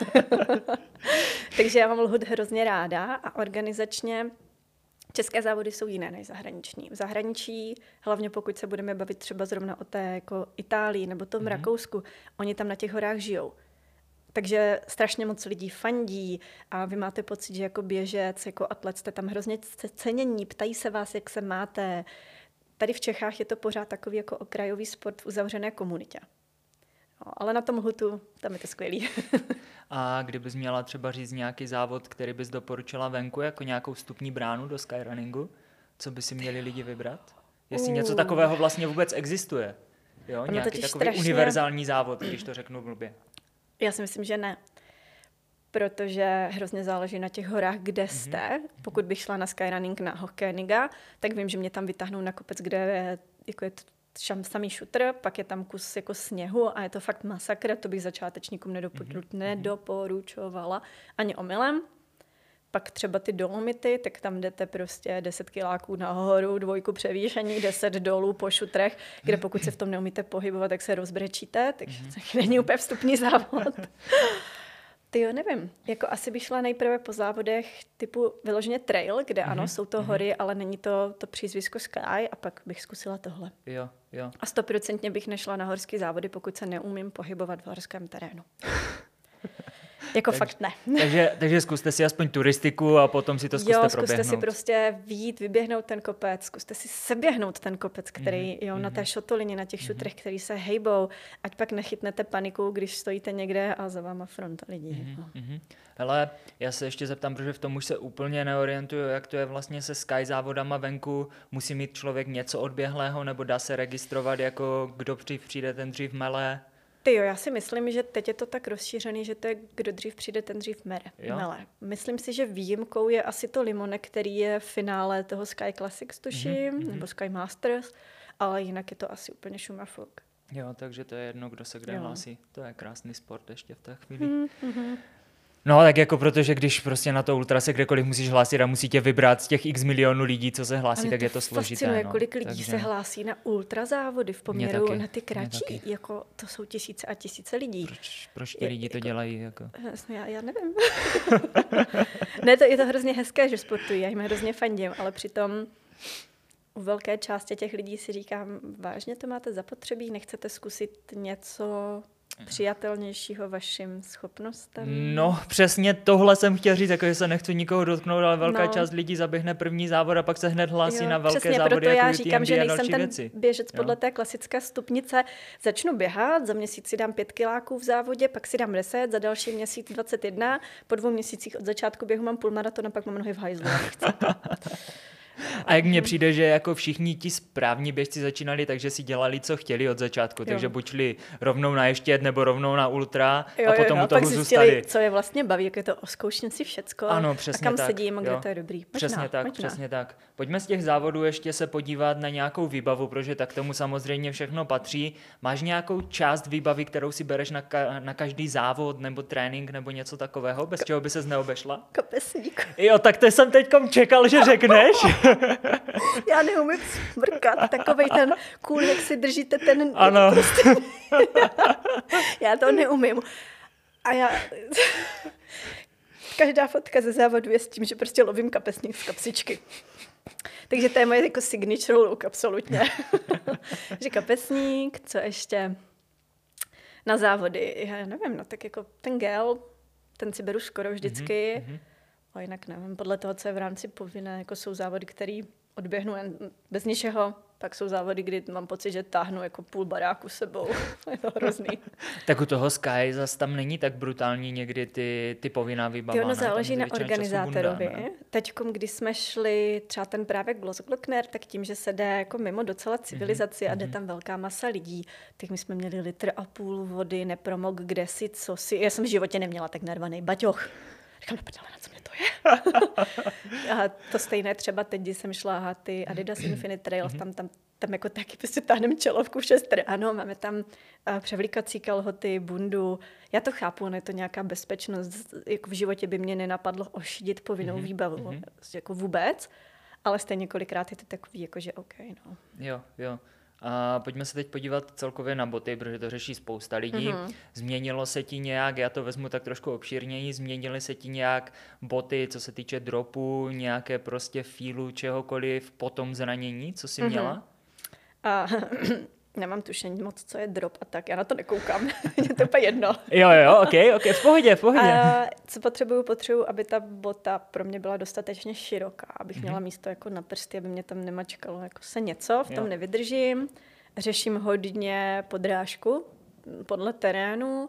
Takže já mám Lhut hrozně ráda a organizačně české závody jsou jiné než zahraniční. V zahraničí, hlavně pokud se budeme bavit třeba zrovna o té jako Itálii nebo tom mm-hmm. Rakousku, oni tam na těch horách žijou. Takže strašně moc lidí fandí a vy máte pocit, že jako běžec, jako atlet jste tam hrozně cenění, ptají se vás, jak se máte. Tady v Čechách je to pořád takový jako okrajový sport v uzavřené komunitě. No, ale na tom Lhutu, tam je to skvělý. A kdybys měla třeba říct nějaký závod, který bys doporučila venku, jako nějakou vstupní bránu do skyrunningu, co by si měli lidi vybrat? Jestli uh. něco takového vlastně vůbec existuje. Jo? Nějaký takový strašně... univerzální závod, když to řeknu blbě. Já si myslím, že ne. protože hrozně záleží na těch horách, kde jste. Mm-hmm. Pokud bych šla na skyrunning na Hochköniga, tak vím, že mě tam vytáhnou na kopec, kde je, jako je šam, samý šutr, pak je tam kus jako sněhu a je to fakt masakr, to bych začátečníkům nedoporu- mm-hmm. nedoporučovala ani omylem. Pak třeba ty dolomity, tak tam jdete prostě deset kiláků nahoru, dvojku převýšení, deset dolů po šutrech, kde pokud se v tom neumíte pohybovat, tak se rozbrečíte, takže to není úplně vstupní závod. Ty jo, nevím. Jako asi bych šla nejprve po závodech typu vyloženě trail, kde mm-hmm. ano, jsou to hory, ale není to to přízvisko Sky, a pak bych zkusila tohle. Jo, jo. A stoprocentně bych nešla na horské závody, pokud se neumím pohybovat v horském terénu. Jako tak, fakt ne. takže, takže zkuste si aspoň turistiku a potom si to zkuste jo, proběhnout. Jo, zkuste si prostě vyjít, vyběhnout ten kopec, zkuste si seběhnout ten kopec, který mm-hmm. jo, na té šotolině, na těch mm-hmm. šutrech, který se hejbou, ať pak nechytnete paniku, když stojíte někde a za váma fronta lidí. Mm-hmm. No. Mm-hmm. Hele, já se ještě zeptám, protože v tom už se úplně neorientuju, jak to je vlastně se Sky závodama venku. Musí mít člověk něco odběhlého, nebo dá se registrovat, jako kdo dřív přijde, ten dřív mele? Ty jo, já si myslím, že teď je to tak rozšířený, že to je kdo dřív přijde, ten dřív mere. Mele. Myslím si, že výjimkou je asi to Limone, který je v finále toho Sky Classics, tuším, mm-hmm. nebo Sky Masters, ale jinak je to asi úplně šumafuk. Jo, takže to je jedno, kdo se kde jo. hlásí. To je krásný sport ještě v té chvíli. Mm-hmm. No, tak jako protože když prostě na to ultra se kdekoliv musíš hlásit a musí tě vybrat z těch x milionů lidí, co se hlásí, tak to je to složité. Fascinuje, no. kolik lidí takže... se hlásí na ultra závody v poměru na ty kratší. Jako, to jsou tisíce a tisíce lidí. Proč, proč ty lidi to jako, dělají? Jako? Já, já nevím. Ne, to je to hrozně hezké, že sportují, já jim hrozně fandím, ale přitom u velké části těch lidí si říkám, vážně to máte zapotřebí, nechcete zkusit něco přijatelnějšího vašim schopnostem? No, přesně tohle jsem chtěl říct, jako že se nechci nikoho dotknout, ale velká no. část lidí zaběhne první závod a pak se hned hlásí jo, na velké přesně, závody. Proto já jako říkám, že nejsem ten věci. běžec jo. podle té klasické stupnice. Začnu běhat, za měsíc si dám pět kiláků v závodě, pak si dám deset, za další měsíc dvacet jedna, po dvou měsících od začátku běhu mám půlmaraton a pak mám nohy v hajzlu. A jak mně přijde, že jako všichni ti správní běžci začínali, takže si dělali, co chtěli od začátku. Jo. Takže buď šli rovnou na ještět, nebo rovnou na ultra jo, a potom jo, u toho pak zůstali. Zjistili, co je vlastně baví, jak je to oskouším si všecko. Ano, přesně a kam tak. sedím, kde jo. to je dobrý. Pojď přesně na, tak, pojď přesně na. tak. Pojďme z těch závodů ještě se podívat na nějakou výbavu, protože tak tomu samozřejmě všechno patří. Máš nějakou část výbavy, kterou si bereš na, ka- na každý závod nebo trénink nebo něco takového, bez Ka- čeho by ses neobešla? Kapesník. Jo, tak to jsem teďkom čekal, že řekneš. Já neumím smrkat, takovej ten cool, jak si držíte ten... Ano. Prostě... já to neumím. A já... Každá fotka ze závodu je s tím, že prostě lovím kapesník z kapsičky. Takže to je moje jako signature look, absolutně. Že kapesník, co ještě na závody, já nevím, no tak jako ten gel, ten si beru skoro vždycky, mm-hmm. a jinak nevím, podle toho, co je v rámci povinné, jako jsou závody, které odběhnu jen bez ničeho, pak jsou závody, kdy mám pocit, že táhnu jako půl baráku sebou. Je to hrozný. Tak u toho Sky zase tam není tak brutální někdy ty, ty povinná výbava. Ono záleží na organizátorovi. Bunda, Teďkom, když jsme šli třeba ten právě Glockner, tak tím, že se jde jako mimo docela civilizaci mm-hmm. a jde tam velká masa lidí, tak my jsme měli litr a půl vody, nepromok, kde si, co si. Já jsem v životě neměla tak narvaný baťoch. Říkám, prdele, na co mě to je? A to stejné třeba teď, když jsem šla ty Adidas Infinite Trails, tam, tam, tam jako taky prostě táhneme čelovku šestr. Ano, máme tam uh, převlíkací kalhoty, bundu. Já to chápu, ono je to nějaká bezpečnost. Jako v životě by mě nenapadlo ošidit povinnou výbavu. Mm-hmm. Jako vůbec. Ale stejně kolikrát je to takový, jako že OK, no. Jo, jo. A pojďme se teď podívat celkově na boty, protože to řeší spousta lidí. Mm-hmm. Změnilo se ti nějak, já to vezmu tak trošku obšírněji, změnily se ti nějak boty, co se týče dropu, nějaké prostě feelu, čehokoliv po tom zranění, co jsi mm-hmm. měla? A nemám tušení moc, co je drop a tak, já na to nekoukám, je to úplně jedno. Jo, jo, ok, ok, v pohodě, v pohodě. A co potřebuju, potřebuju, aby ta bota pro mě byla dostatečně široká, abych mm-hmm. měla místo jako na prsty, aby mě tam nemačkalo jako se něco, v tom jo. nevydržím. Řeším hodně podrážku podle terénu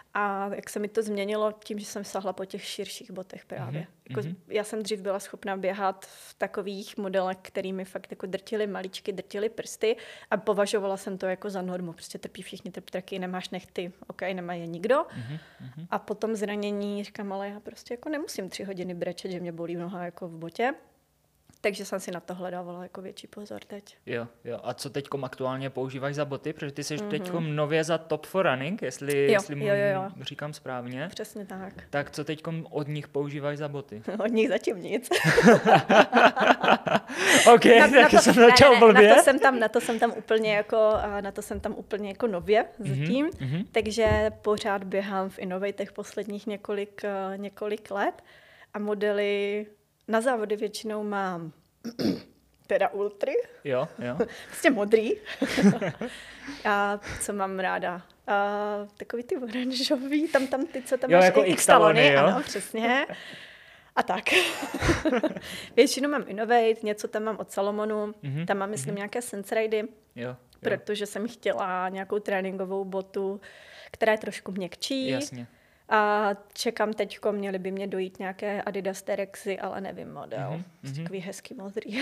A jak se mi to změnilo tím, že jsem sahla po těch širších botech právě. Mm-hmm. Jako, já jsem dřív byla schopná běhat v takových modelech, kterými fakt jako drtily maličky, drtily prsty a považovala jsem to jako za normu. Prostě trpí všichni trptraky, nemáš nechty, ok, nemá je nikdo. Mm-hmm. A potom zranění říkám, ale já prostě jako nemusím tři hodiny brečet, že mě bolí noha jako v botě. Takže jsem si na tohle dávala jako větší pozor teď. Jo, jo. A co teďkom aktuálně používáš za boty? Protože ty jsi mm-hmm. teďkom nově za Top for Running, jestli, jo, jestli jo, jo, jo. říkám správně. Přesně tak. Tak co teďkom od nich používáš za boty? Od nich zatím nic. OK, na, tak na to, jsem začal ne, ne, blbě. Na to jsem tam, na to jsem tam úplně jako, na to jsem tam úplně jako nově zatím. Mm-hmm. Takže pořád běhám v Innovatech posledních několik, několik let a modely na závody většinou mám teda ultry. Jo, jo. Prostě modrý. A co mám ráda? A takový ty oranžový, tam, tam ty, co tam jo, máš jako X-talony, jo? Ano, přesně. A tak. Většinou mám Innovate, něco tam mám od Salomonu, mm-hmm. tam mám, myslím, mm-hmm. nějaké Senseridy, jo, jo. Protože jsem chtěla nějakou tréninkovou botu, která je trošku měkčí. Jasně. A čekám teďko, měly by mě dojít nějaké Adidas Terexy, ale nevím model. Mm-hmm. Takový hezký modrý.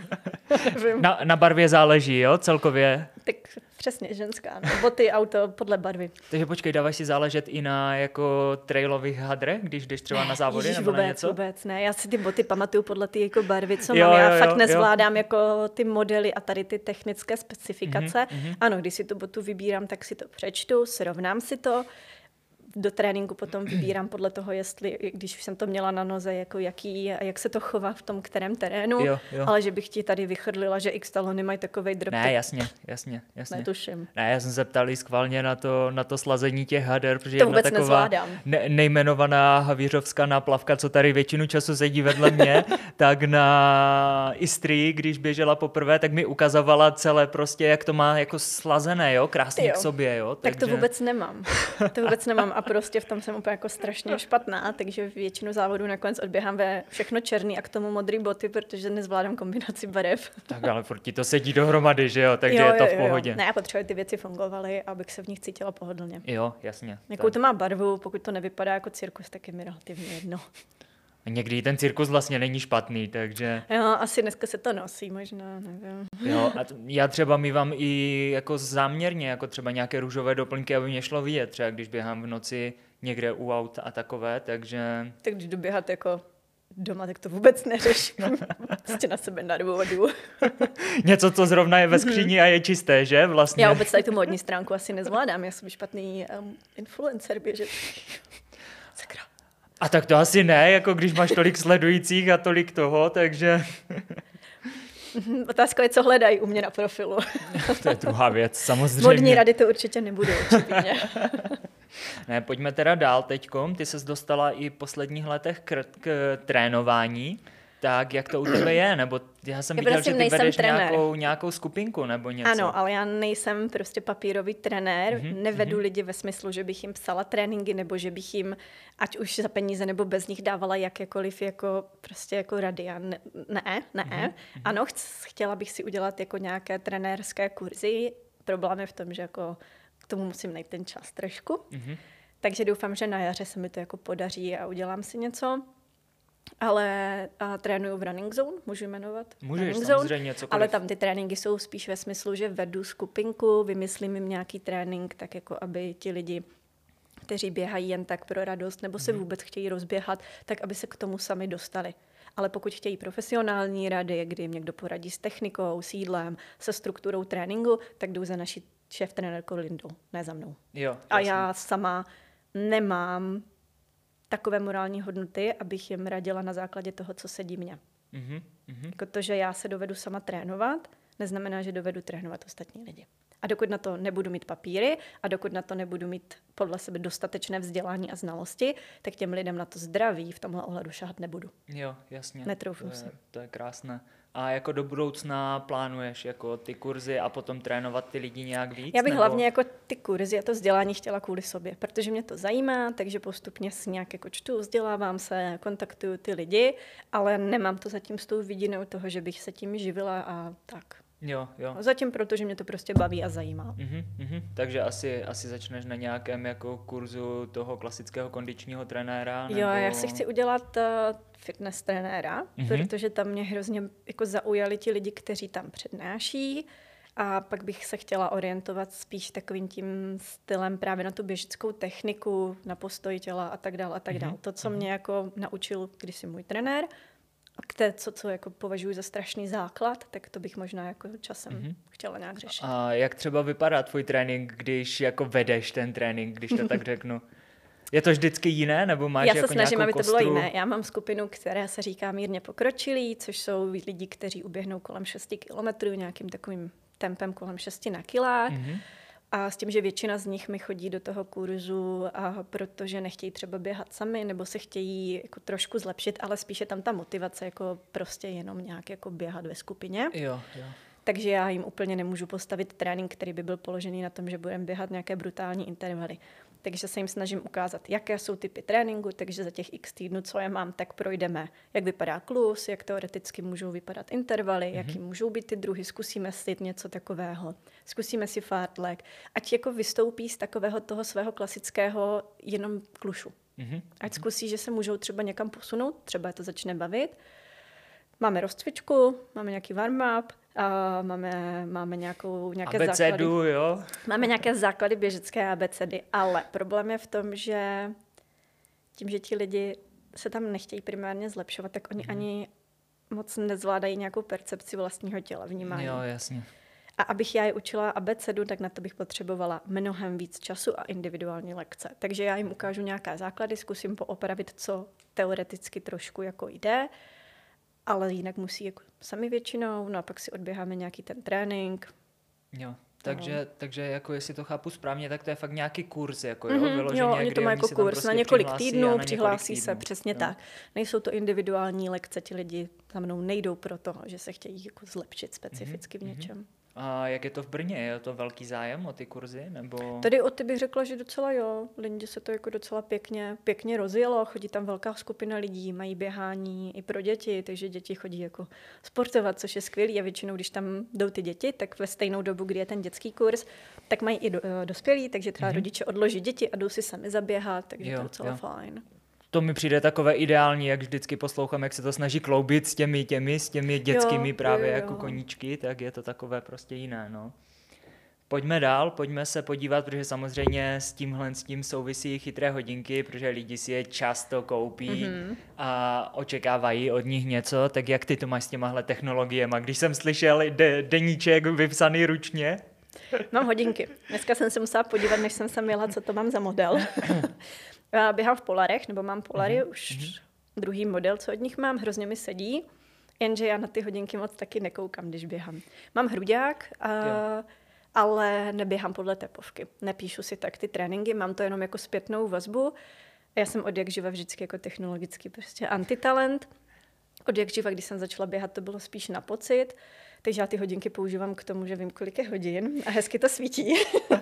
na, na barvě záleží, jo, celkově? Tak přesně, ženská. No. Boty, auto, podle barvy. Takže počkej, dáváš si záležet i na jako trailových hadrech, když jdeš třeba na závody Ježiš, nebo vůbec, na něco? Vůbec ne, já si ty boty pamatuju podle ty jako barvy, co jo, mám. Já jo, fakt jo, nezvládám jo. jako ty modely a tady ty technické specifikace. Mm-hmm. Ano, když si tu botu vybírám, tak si to přečtu, srovnám si to. Do tréninku potom vybírám podle toho, jestli, když už jsem to měla na noze, jako jaký a jak se to chová v tom kterém terénu, jo, jo. ale že bych ti tady vychrlila, že X-talony mají takovej drop. Ne, jasně, jasně, jasně. Netuším. Ne, já jsem se ptal schválně na to, na to slazení těch hader, protože to jedna taková ne, nejmenovaná havířovská náplavka, co tady většinu času sedí vedle mě, tak na Istrii, když běžela poprvé, tak mi ukazovala celé prostě, jak to má jako slazené, jo, krásně jo. K sobě, jo. Tak takže... to vůbec nemám. To vůbec nemám a prostě v tom jsem úplně jako strašně špatná, takže většinu závodů nakonec odběhám ve všechno černý a k tomu modrý boty, protože nezvládám kombinaci barev. Tak ale furt ti to sedí dohromady, že jo, takže jo, je to jo, v pohodě. Jo. Ne, já potřebuji ty věci fungovaly, abych se v nich cítila pohodlně. Jo, jasně. Jakou to má barvu, pokud to nevypadá jako cirkus, tak je mi relativně jedno. Někdy ten cirkus vlastně není špatný, takže... Jo, asi dneska se to nosí, možná, nevím. Jo, a t- já třeba mívám i jako záměrně, jako třeba nějaké růžové doplňky, aby mě šlo vidět, třeba když běhám v noci někde u aut a takové, takže... Tak když jdu běhat jako doma, tak to vůbec neřeším. Prostě na sebe narvu vodu. Něco, co zrovna je ve skříni a je čisté, že? Vlastně. Já vůbec tady tu modní stránku asi nezvládám, já jsem špatný um, influencer běžet. Sakra. A tak to asi ne, jako když máš tolik sledujících a tolik toho, takže... Otázka je, co hledají u mě na profilu. To je druhá věc, samozřejmě. Modní rady to určitě nebudou, určitě. Ne, pojďme teda dál teďkom. Ty ses dostala i v posledních letech k, k trénování. Tak jak to u tebe je? Nebo já jsem já viděl, že ty vedeš nějakou, nějakou skupinku nebo něco. Ano, ale já nejsem prostě papírový trenér. Mm-hmm, Nevedu mm-hmm. lidi ve smyslu, že bych jim psala tréninky nebo že bych jim, ať už za peníze nebo bez nich, dávala jakékoliv jako, prostě jako rady. Já ne, ne. ne. Mm-hmm. Ano, chtěla bych si udělat jako nějaké trenérské kurzy. Problém je v tom, že jako k tomu musím najít ten čas trošku. Mm-hmm. Takže doufám, že na jaře se mi to jako podaří a udělám si něco. Ale a, trénuju v Running Zone, můžu jmenovat? Můžeš, samozřejmě, cokoliv. Ale tam ty tréninky jsou spíš ve smyslu, že vedu skupinku, vymyslím jim nějaký trénink, tak jako aby ti lidi, kteří běhají jen tak pro radost, nebo se vůbec chtějí rozběhat, tak aby se k tomu sami dostali. Ale pokud chtějí profesionální rady, kdy jim někdo poradí s technikou, s jídlem, se strukturou tréninku, tak jdou za naší šéf trenérkou Lindou, ne za mnou. Jo, a já sama nemám takové morální hodnoty, abych jim radila na základě toho, co sedí mně. Mm-hmm. Jako to, že já se dovedu sama trénovat, neznamená, že dovedu trénovat ostatní lidi. A dokud na to nebudu mít papíry a dokud na to nebudu mít podle sebe dostatečné vzdělání a znalosti, tak těm lidem na to zdraví v tomhle ohledu šahat nebudu. Jo, jasně. Netroufnu to si. Je, to je krásné. A jako do budoucna plánuješ jako ty kurzy a potom trénovat ty lidi nějak víc? Já bych nebo... hlavně jako ty kurzy a to vzdělání chtěla kvůli sobě, protože mě to zajímá, takže postupně si nějak jako čtu, vzdělávám se, kontaktuju ty lidi, ale nemám to zatím s tou vidinou toho, že bych se tím živila a tak. Jo, jo. Zatím proto, že mě to prostě baví a zajímá. Uh-huh, uh-huh. Takže asi, asi začneš na nějakém jako kurzu toho klasického kondičního trenéra? Nebo... Jo, já si chci udělat uh, fitness trenéra, uh-huh. protože tam mě hrozně jako zaujali ti lidi, kteří tam přednáší. A pak bych se chtěla orientovat spíš takovým tím stylem právě na tu běžeckou techniku, na postoj těla a tak dále a tak dále. To, co mě jako naučil kdysi můj trenér, a to, co, co jako považuji za strašný základ, tak to bych možná jako časem mm-hmm. chtěla nějak řešit. A jak třeba vypadá tvůj trénink, když jako vedeš ten trénink, když to tak řeknu? Je to vždycky jiné, nebo máš Já se jako snažím, aby to kostru? bylo jiné. Já mám skupinu, která se říká mírně pokročilí, což jsou lidi, kteří uběhnou kolem šesti kilometrů nějakým takovým tempem kolem šesti na kilách. Mm-hmm. A s tím, že většina z nich mi chodí do toho kurzu, a protože nechtějí třeba běhat sami, nebo se chtějí jako trošku zlepšit, ale spíše tam ta motivace jako prostě jenom nějak jako běhat ve skupině. Jo, jo. Takže já jim úplně nemůžu postavit trénink, který by byl položený na tom, že budeme běhat nějaké brutální intervaly. Takže se jim snažím ukázat, jaké jsou typy tréninku, takže za těch x týdnů, co je mám, tak projdeme, jak vypadá klus, jak teoreticky můžou vypadat intervaly, mm-hmm. jaký můžou být ty druhy, zkusíme si něco takového, zkusíme si fartlek, ať jako vystoupí z takového toho svého klasického jenom klušu. Mm-hmm. Ať zkusí, že se můžou třeba někam posunout, třeba je to začne bavit. Máme rozcvičku, máme nějaký warm-up, a máme, máme nějakou, nějaké abecedu, základy. Jo. Máme nějaké základy běžecké abecedy, ale problém je v tom, že tím, že ti lidi se tam nechtějí primárně zlepšovat, tak oni mm. ani moc nezvládají nějakou percepci vlastního těla, vnímání. Jo, jasně. A abych já je učila abecedu, tak na to bych potřebovala mnohem víc času a individuální lekce. Takže já jim ukážu nějaké základy, zkusím poopravit, co teoreticky trošku jako jde, ale jinak musí jako sami většinou, no a pak si odběháme nějaký ten trénink. Jo, takže, no. takže jako jestli to chápu správně, tak to je fakt nějaký kurz, jako jo, mm-hmm, vyloženě, jo, oni to mají jako kurz prostě na několik týdnů, na přihlásí několik se, týdnů. přesně jo. tak. Nejsou to individuální lekce, ti lidi za mnou nejdou pro to, že se chtějí jako zlepšit specificky mm-hmm, v něčem. Mm-hmm. A jak je to v Brně? Je to velký zájem o ty kurzy? Nebo... Tady o ty bych řekla, že docela jo. Lidi se to jako docela pěkně, pěkně rozjelo. Chodí tam velká skupina lidí, mají běhání i pro děti, takže děti chodí jako sportovat, což je skvělý. A většinou, když tam jdou ty děti, tak ve stejnou dobu, kdy je ten dětský kurz, tak mají i do, dospělí, takže třeba mm-hmm. rodiče odloží děti a jdou si sami zaběhat, takže jo, to je docela jo. fajn. To mi přijde takové ideální, jak vždycky poslouchám, jak se to snaží kloubit s těmi těmi, s těmi dětskými jo, právě jo, jo. jako koníčky, tak je to takové prostě jiné, no. Pojďme dál, pojďme se podívat, protože samozřejmě s tímhle s tím souvisí chytré hodinky, protože lidi si je často koupí mm-hmm. a očekávají od nich něco, tak jak ty to máš s těmahle technologiemi? Když jsem slyšel de- deníček vypsaný ručně. Mám hodinky. Dneska jsem se musela podívat, než jsem sem jela, co to mám za model. Já běhám v Polarech, nebo mám Polary, mm-hmm. už druhý model, co od nich mám, hrozně mi sedí, jenže já na ty hodinky moc taky nekoukám, když běhám. Mám hruďák, a, ale neběhám podle tepovky. Nepíšu si tak ty tréninky, mám to jenom jako zpětnou vazbu. Já jsem od jak živa vždycky jako technologicky prostě antitalent. Od jak živa, když jsem začala běhat, to bylo spíš na pocit. Takže já ty hodinky používám k tomu, že vím, kolik je hodin a hezky to svítí.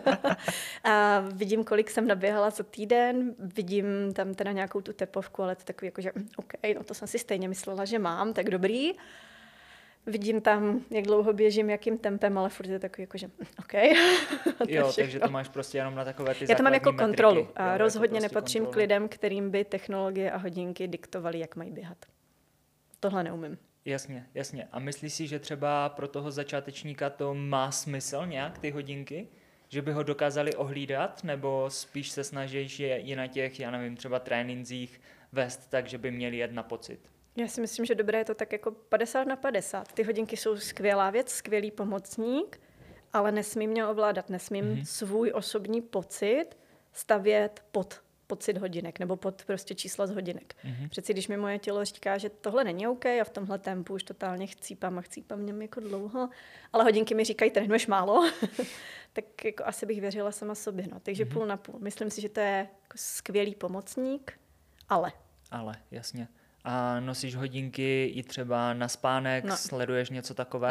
A vidím, kolik jsem naběhala za týden, vidím tam teda nějakou tu tepovku, ale to takový jako, že OK, no to jsem si stejně myslela, že mám, tak dobrý. Vidím tam, jak dlouho běžím, jakým tempem, ale furt je takový jako, že OK. Jo, takže to máš prostě jenom na takové ty já to mám jako metriky. kontrolu a jo, rozhodně jako prostě nepatřím kontrolu. k lidem, kterým by technologie a hodinky diktovaly, jak mají běhat. Tohle neumím. Jasně, jasně. A myslíš si, že třeba pro toho začátečníka to má smysl nějak, ty hodinky? Že by ho dokázali ohlídat? Nebo spíš se snažíš je i na těch, já nevím, třeba trénincích vést tak, že by měli jet na pocit? Já si myslím, že dobré je to tak jako padesát na padesát. Ty hodinky jsou skvělá věc, skvělý pomocník, ale nesmím mě ovládat, nesmím mm-hmm. svůj osobní pocit stavět pod pocit hodinek, nebo pod prostě čísla z hodinek. Mm-hmm. Přeci když mi moje tělo říká, že tohle není OK a v tomhle tempu už totálně chcípám a chcípám něm jako dlouho, ale hodinky mi říkají, trénuješ málo, tak jako asi bych věřila sama sobě. No. Takže mm-hmm. půl na půl. Myslím si, že to je jako skvělý pomocník, ale. Ale, jasně. A nosíš hodinky i třeba na spánek, no. sleduješ něco takového? No.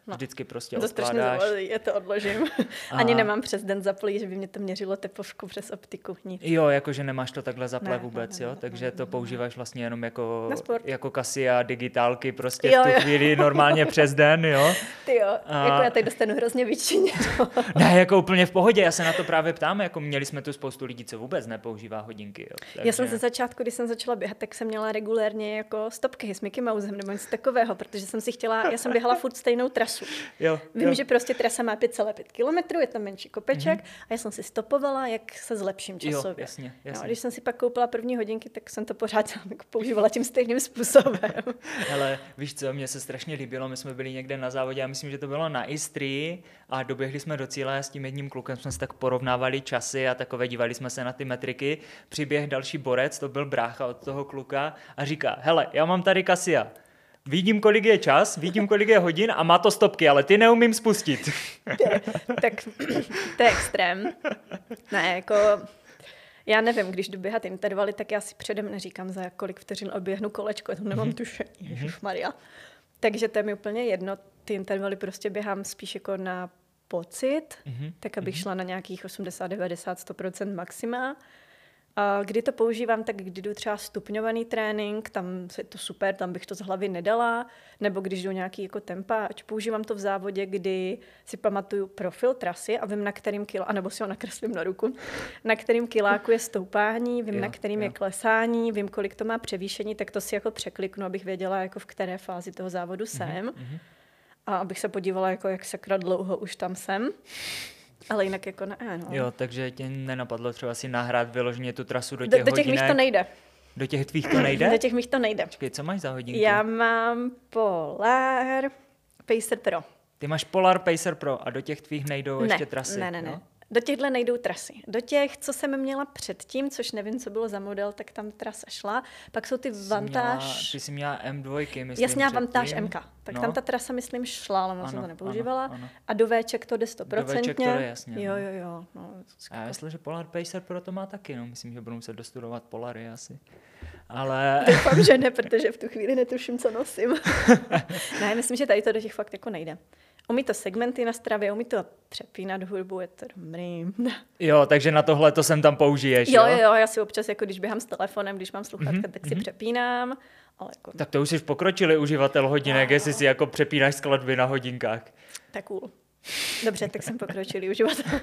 No. Vždycky prostě to odkládáš. Zavalí, já to odložím. Ani nemám přes den zaplý, že by mě to měřilo tepovku přes optiku. Nic. Jo, jakože nemáš to takhle zaple ne, vůbec, ne, ne, jo? ne, Takže ne, to ne, používáš vlastně jenom jako, jako Casio digitálky prostě jo, v tu jo. chvíli normálně přes den, jo? Ty jo, a... jako já tady dostanu hrozně vyčiněno. Ne, jako úplně v pohodě, já se na to právě ptám, jako měli jsme tu spoustu lidí, co vůbec nepoužívá hodinky, jo? Takže... Já jsem ze začátku, když jsem začala běhat, tak jsem měla regulérně jako stopky s Mickey Mousem nebo něco takového, protože jsem si chtěla, já jsem běhala furt stejnou trasu. Jo, Vím, jo. že prostě trasa má pět celá pět kilometrů, je tam menší kopeček mm-hmm. a já jsem si stopovala, jak se zlepším časově. Jo, jasně, jasně. No, když jsem si pak koupila první hodinky, tak jsem to pořád jako používala tím stejným způsobem. Ale víš co, mně se strašně líbilo, my jsme byli někde na závodě, já myslím, že to bylo na Istrii a doběhli jsme do cíle a s tím jedním klukem jsme se tak porovnávali časy a takové, dívali jsme se na ty metriky. Přiběh další borec, to byl brácha od toho kluka a říká, hele, já mám tady Casio. Vidím, kolik je čas, vidím, kolik je hodin a má to stopky, ale ty neumím spustit. Tak to je extrém. Ne, jako... Já nevím, když jdu běhat intervaly, tak já si předem neříkám, za kolik vteřin oběhnu kolečko, já tam nemám mm-hmm. tušení, ježišmarja. Takže to je mi úplně jedno, ty intervaly prostě běhám spíš jako na pocit, mm-hmm. tak abych šla na nějakých osmdesát, devadesát, sto procent maxima. A kdy to používám, tak kdy jdu třeba stupňovaný trénink, tam je to super, tam bych to z hlavy nedala, nebo když jdu nějaký jako tempa, ať používám to v závodě, kdy si pamatuju profil trasy a vím, na kterým kilo, anebo si ho nakreslím na ruku, na kterým kiláku je stoupání, vím, jo, na kterým jo. je klesání, vím, kolik to má převýšení, tak to si jako překliknu, abych věděla, jako v které fázi toho závodu jsem. Mm-hmm. A abych se podívala, jako jak sakra dlouho už tam jsem. Ale jinak jako ne, no. Jo, takže tě nenapadlo třeba si nahrát vyloženě tu trasu do těch Do, do těch hodinek? mých to nejde. Do těch tvých to nejde? Do těch mých to nejde. Počkej, co máš za hodinky? Já mám Polar Pacer Pro. Ty máš Polar Pacer Pro a do těch tvých nejdou ne, ještě trasy? Ne, ne, ne. Jo? Do těchhle nejdou trasy. Do těch, co jsem měla předtím, což nevím, co bylo za model, tak tam trasa šla. Pak jsou ty Vantage... Měla, ty jsi měla M dva, myslím. Já jsem měla Vantage M K. Tak no. tam ta trasa, myslím, šla, ale moc jsem to nepoužívala. Ano, ano. A do Véček to jde sto procent. Do Véček to jde, jasně. Jo, jo, jo. No, a já myslím, že Polar Pacer Pro to má taky. No. Myslím, že budu muset dostudovat Polary asi. Ale... Doufám, že ne, protože v tu chvíli netuším, co nosím. Ne, myslím, že tady to do těch fakt jako nejde. Umí to segmenty na stravě, umí to přepínat hudbu, je to dobrý. Jo, takže na tohle to sem tam použiješ, jo? Jo, jo, já si občas, jako když běhám s telefonem, když mám sluchátka, mm-hmm. tak si přepínám. Ale jako... Tak to už jsi pokročilý uživatel hodinek, no. Jestli si jako přepínáš skladby na hodinkách. Tak cool. Dobře, tak jsem pokročilý uživatel.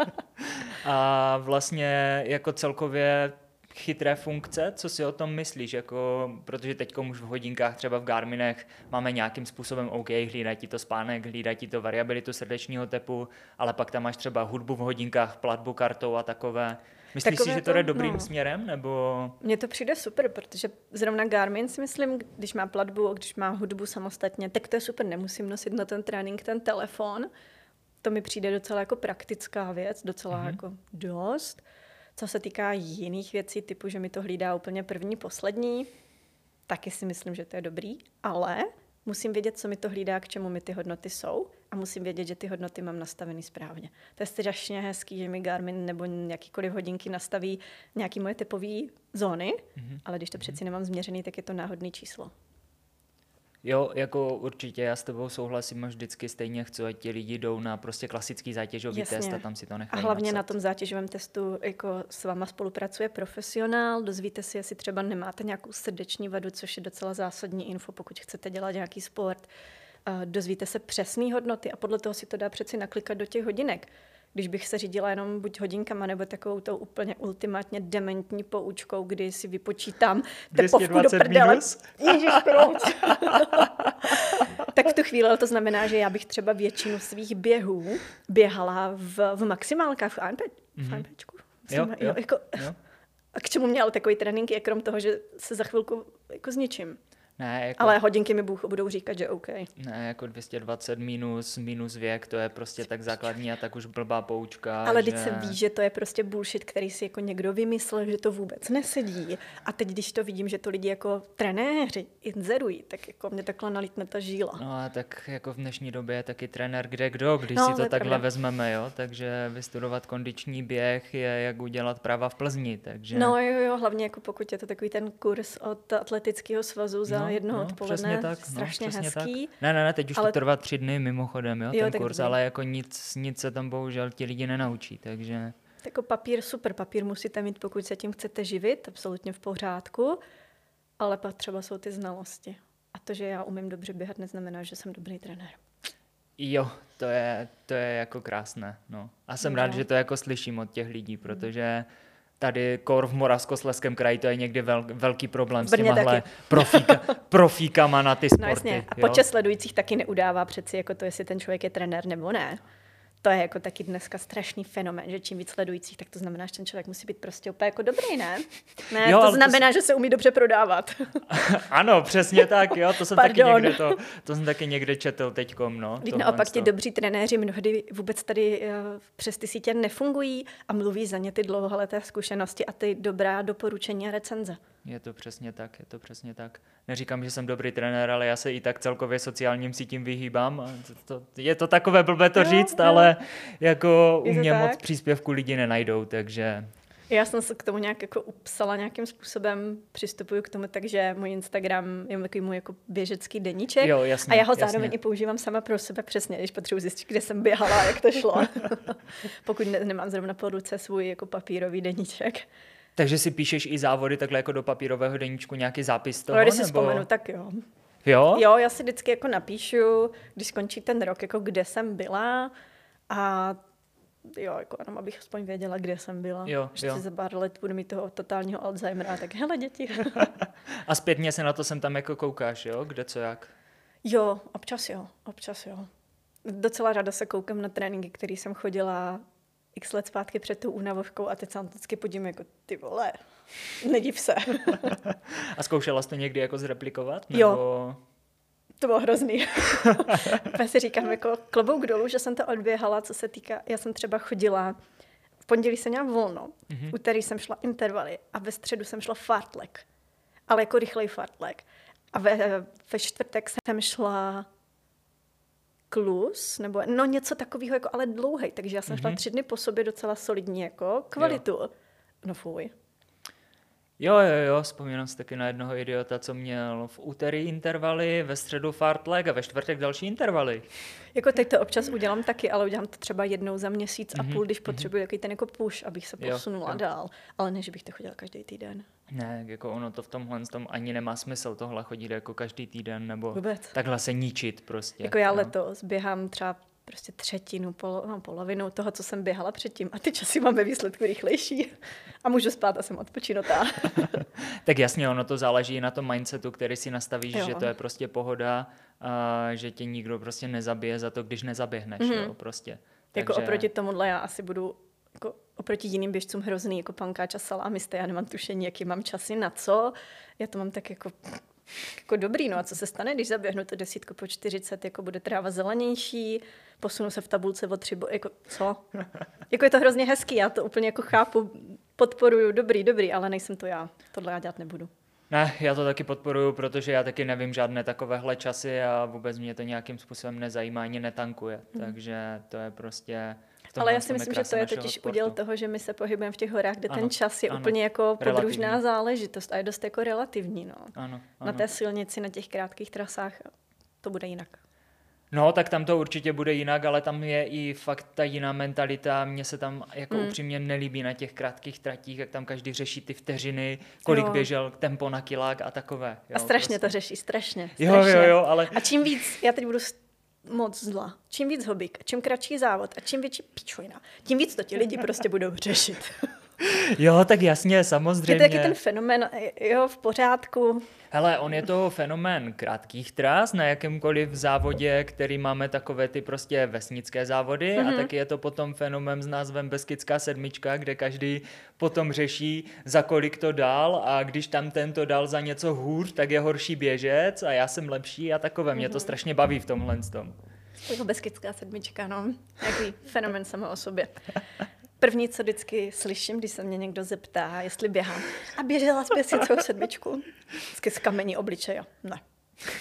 A vlastně jako celkově chytré funkce, co si o tom myslíš, jako, protože teď už v hodinkách, třeba v Garminech, máme nějakým způsobem OK, hlídá ti to spánek, hlídá ti to variabilitu srdečního tepu, ale pak tam máš třeba hudbu v hodinkách, platbu kartou a takové. Myslíš takové si, že to jde dobrým no. směrem, nebo... Mně to přijde super, protože zrovna Garmin si myslím, když má platbu a když má hudbu samostatně, tak to je super, nemusím nosit na ten trénink ten telefon. To mi přijde docela jako praktická věc, docela mm-hmm. jako dost. Co se týká jiných věcí, typu, že mi to hlídá úplně první, poslední, taky si myslím, že to je dobrý, ale musím vědět, co mi to hlídá, k čemu mi ty hodnoty jsou a musím vědět, že ty hodnoty mám nastavený správně. To je strašně hezký, že mi Garmin nebo jakýkoliv hodinky nastaví nějaké moje typové zóny, mm-hmm. ale když to přeci nemám změřený, tak je to náhodné číslo. Jo, jako určitě, já s tebou souhlasím, vždycky stejně chci, ať ti lidi jdou na prostě klasický zátěžový Jasně. test a tam si to nechají A hlavně napsat. Na tom zátěžovém testu jako s váma spolupracuje profesionál, dozvíte si, jestli třeba nemáte nějakou srdeční vadu, což je docela zásadní info, pokud chcete dělat nějaký sport. Dozvíte se přesné hodnoty a podle toho si to dá přeci naklikat do těch hodinek. Když bych se řídila jenom buď hodinkama, nebo takovou tou úplně ultimátně dementní poučkou, kdy si vypočítám tepovku do prdele. Ježiš, proč? Tak v tu chvíli to znamená, že já bych třeba většinu svých běhů běhala v, v maximálkách, v A N P, mm-hmm. v A N Pčku. Jo, jo, jo, jako, jo. A k čemu měl takový trénink, je krom toho, že se za chvilku jako zničím. Ne, jako, ale hodinky mi budou říkat, že OK. Ne, jako dvě stě dvacet minus, minus věk, to je prostě tak základní a tak už blbá poučka. Ale že... teď se ví, že to je prostě bullshit, který si jako někdo vymyslel, že to vůbec nesedí. A teď, když to vidím, že to lidi jako trenéři inzerují, tak jako mě takhle nalítne ta žíla. No a tak jako v dnešní době je taky trenér kde kdo, když no, si to, to takhle pravda. vezmeme, jo. Takže vystudovat kondiční běh je jak udělat prava v Plzni, takže... No jo, jo, hlavně jako pokud je to takový ten kurz od atletického svazu za jednoho no, odpoledne, tak, strašně no, hezký. Tak. Ne, ne, ne, teď už ale... to trvá tři dny mimochodem, jo, jo ten kurz, dobrý. ale jako nic, nic se tam bohužel ti lidi nenaučí, takže... Jako papír, super, papír musíte mít, pokud se tím chcete živit, absolutně v pořádku, ale pak třeba jsou ty znalosti. A to, že já umím dobře běhat, neznamená, že jsem dobrý trenér. Jo, to je, to je jako krásné, no. A jsem no. rád, že to jako slyším od těch lidí, protože tady kor v Moravskoslezském kraji to je někdy vel, velký problém s těmahle profíka, profíkama na ty sporty. No jasně, a počet sledujících taky neudává přeci jako to, jestli ten člověk je trenér nebo ne. To je jako taky dneska strašný fenomén, že čím víc sledujících, tak to znamená, že ten člověk musí být prostě úplně jako dobrý, ne? Ne, jo, to znamená, to... že se umí dobře prodávat. Ano, přesně tak, jo, to jsem taky někde to, to jsem taky někde četl teďkom, no. No a pak ti dobří trenéři mnohdy vůbec tady uh, přes ty sítě nefungují a mluví za ně ty dlouholeté zkušenosti a ty dobrá doporučení a recenze. Je to přesně tak, je to přesně tak. Neříkám, že jsem dobrý trenér, ale já se i tak celkově sociálním sítím vyhýbám. A to, to, je to takové blbé to jo, říct, jo. ale jako u mě moc příspěvku lidi nenajdou, takže... Já jsem se k tomu nějak jako upsala nějakým způsobem, přistupuju k tomu, takže můj Instagram je takový můj jako běžecký deníček jo, jasně, a já ho jasně. zároveň i používám sama pro sebe přesně, když potřebuji zjistit, kde jsem běhala a jak to šlo. Pokud ne, nemám zrovna po ruce svůj jako papírový deníček. Takže si píšeš i závody takhle jako do papírového deníčku nějaký zápis toho? No, když si nebo... vzpomenu, tak jo. Jo? Jo, já si vždycky jako napíšu, když skončí ten rok, jako kde jsem byla a jo, jako jenom abych aspoň věděla, kde jsem byla. Jo, Ještě jo. za pár let budu mít toho totálního Alzheimera, tak hele děti. A zpětně se na to sem tam jako koukáš, jo? Kde co jak? Jo, občas jo, občas jo. Docela ráda se koukám na tréninky, které jsem chodila x let zpátky před tou únavovkou a teď se vždycky podívám jako ty vole, nediv se. A zkoušela jsi to někdy jako zreplikovat? Nebo... Jo. To bylo hrozný. Já si říkám jako klobouk dolů, že jsem to odběhala, co se týká, já jsem třeba chodila, v pondělí jsem měla volno, mm-hmm. v úterý jsem šla intervaly a ve středu jsem šla fartlek, ale jako rychlej fartlek. A ve, ve čtvrtek jsem šla klus, nebo no něco takového, jako ale dlouhej, takže já jsem mm-hmm. šla tři dny po sobě docela solidní jako kvalitu. Jo. No fuj. Jo, jo, jo, vzpomínám si taky na jednoho idiota, co měl v úterý intervaly, ve středu fartlek a ve čtvrtek další intervaly. Jako teď to občas udělám taky, ale udělám to třeba jednou za měsíc a půl, když potřebuji takový ten jako push, abych se posunula jo, jo. dál. Ale ne, že bych to chodila každý týden. Ne, jako ono to v tomhle tom ani nemá smysl tohle chodit jako každý týden, nebo vůbec. Takhle se ničit prostě. Jako já no. letos běhám třeba prostě třetinu, polo, no, polovinu toho, co jsem běhala předtím a ty časy mám ve výsledku rychlejší a můžu spát a jsem odpočinutá. Tak jasně, ono to záleží na tom mindsetu, který si nastavíš, jo. že to je prostě pohoda, a že tě nikdo prostě nezabije za to, když nezaběhneš, mm-hmm. jo, prostě. Jako Takže... oproti tomuhle já asi budu jako oproti jiným běžcům hrozný, jako pankáč a salámista, já nemám tušení, jaký mám časy na co, já to mám tak jako... Jako dobrý, no a co se stane, když zaběhnu to desítku po čtyřicet, jako bude tráva zelenější, posunu se v tabulce o tři, bo, jako co? Jako je to hrozně hezký, já to úplně jako chápu, podporuju, dobrý, dobrý, ale nejsem to já, tohle já dělat nebudu. Ne, já to taky podporuju, protože já taky nevím žádné takovéhle časy a vůbec mě to nějakým způsobem nezajímá, ani netankuje, hmm. takže to je prostě... Ale já si myslím, že to je totiž sportu. Uděl toho, že my se pohybujeme v těch horách, kde ano, ten čas je ano, úplně jako relativní. podružná záležitost a je dost jako relativní. No. Ano, ano. Na té silnici, na těch krátkých trasách to bude jinak. No, tak tam to určitě bude jinak, ale tam je i fakt ta jiná mentalita. Mně se tam jako mm. upřímně nelíbí na těch krátkých tratích, jak tam každý řeší ty vteřiny, kolik jo. běžel tempo na kilák a takové. Jo, a strašně prostě. To řeší, strašně, strašně. Jo, jo, jo, ale... A čím víc, já teď budu moc zla, čím víc hobík, čím kratší závod a čím větší pičovina, tím víc to ti lidi prostě budou řešit. Jo, tak jasně, samozřejmě. Je to taky ten fenomén, jo, v pořádku. Hele, on je to fenomén krátkých tras na jakémkoliv závodě, který máme takové ty prostě vesnické závody mm-hmm. a taky je to potom fenomén s názvem Beskidská sedmička, kde každý potom řeší, za kolik to dal a když tam tento dal za něco hůř, tak je horší běžec a já jsem lepší a takové. Mě mm-hmm. to strašně baví v tomhle tom. Jako Beskidská sedmička, no. Jaký fenomén samo o sobě. První, co vždycky slyším, když se mě někdo zeptá, jestli běhám. A běžela s Beskidskou sedmičku? Vždycky z kamení obličeje. Ne.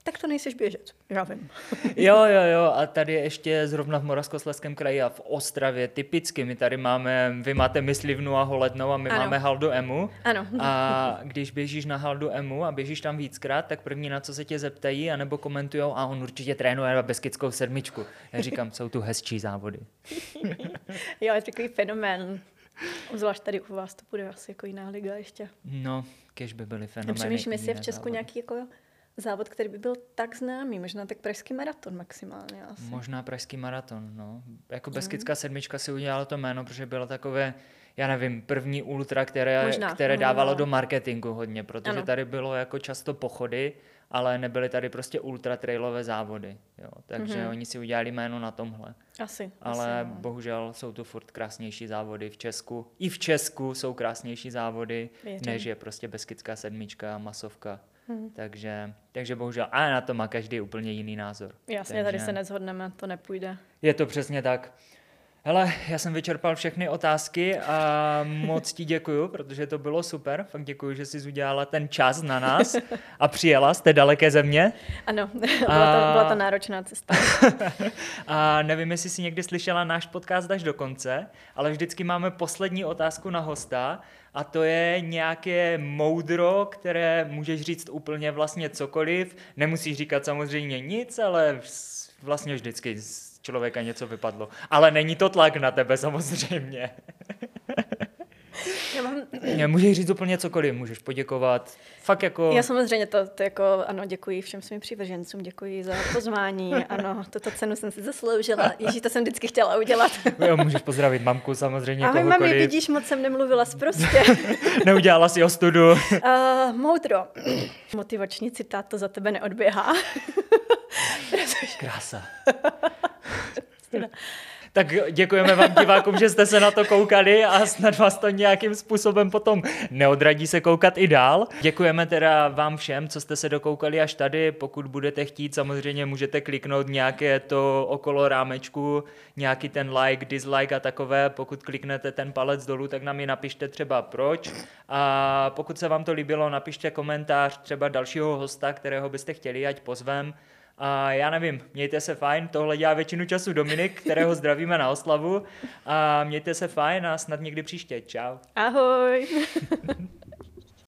Tak to nejseš běžec, já vím. Jo, jo, jo, a tady ještě zrovna v Moravskoslezském kraji a v Ostravě typicky, my tady máme, vy máte myslivnu a holednou a my ano. máme haldu emu. Ano. A když běžíš na haldu emu a běžíš tam víckrát, tak první na co se tě zeptají, anebo komentujou, a on určitě trénuje Beskidskou sedmičku. Já říkám, jsou tu hezčí závody. Jo, je takový fenomén. Zvlášť tady u vás to bude asi jako jiná liga ještě. No, kež by byly fenomény. Přemýšlím, jestli je v Česku závody. nějaký jako závod, který by byl tak známý, možná tak pražský maraton maximálně asi. Možná pražský maraton, no. Jako Beskidská sedmička si udělala to jméno, protože bylo takové, já nevím, první ultra, které, Možná, které možná, dávalo no. do marketingu hodně, protože ano. tady bylo jako často pochody, ale nebyly tady prostě ultra trailové závody, jo. Takže mm-hmm. oni si udělali jméno na tomhle. Asi. Ale asi, no. bohužel jsou tu furt krásnější závody v Česku. I v Česku jsou krásnější závody, Věřím. než je prostě Beskidská sedmička, masovka. Hmm. Takže, takže bohužel, ale na to má každý úplně jiný názor. Jasně, takže tady se neshodneme, to nepůjde. Je to přesně tak. Hele, já jsem vyčerpal všechny otázky a moc ti děkuju, protože to bylo super. Fakt děkuju, že jsi udělala ten čas na nás a přijela z té daleké země. Ano, byla, to, byla to náročná cesta. A nevím, jestli jsi někdy slyšela náš podcast až do konce, ale vždycky máme poslední otázku na hosta a to je nějaké moudro, které můžeš říct úplně vlastně cokoliv. Nemusíš říkat samozřejmě nic, ale vlastně vždycky z člověka něco vypadlo. Ale není to tlak na tebe samozřejmě. Já mám... Můžeš říct úplně cokoliv, můžeš poděkovat. Fakt jako... Já samozřejmě to, to jako, ano, děkuji všem svým přívržencům, děkuji za pozvání, ano, tuto cenu jsem si zasloužila, ježí, to jsem vždycky chtěla udělat. Jo, můžeš pozdravit mamku samozřejmě, ahoj, kohokoliv. mami, vidíš, moc jsem nemluvila sprostě. Neudělala si ostudu. uh, moudro. Motivační citát to za tebe neodběhá. Krása. Tak děkujeme vám divákům, že jste se na to koukali a snad vás to nějakým způsobem potom neodradí se koukat i dál. Děkujeme teda vám všem, co jste se dokoukali až tady. Pokud budete chtít, samozřejmě můžete kliknout nějaké to okolo rámečku, nějaký ten like, dislike a takové. Pokud kliknete ten palec dolů, tak nám ji napište třeba proč. A pokud se vám to líbilo, napište komentář třeba dalšího hosta, kterého byste chtěli, ať pozvem. A já nevím, mějte se fajn, tohle dělá většinu času Dominik, kterého zdravíme na oslavu. A mějte se fajn a snad někdy příště. Čau. Ahoj.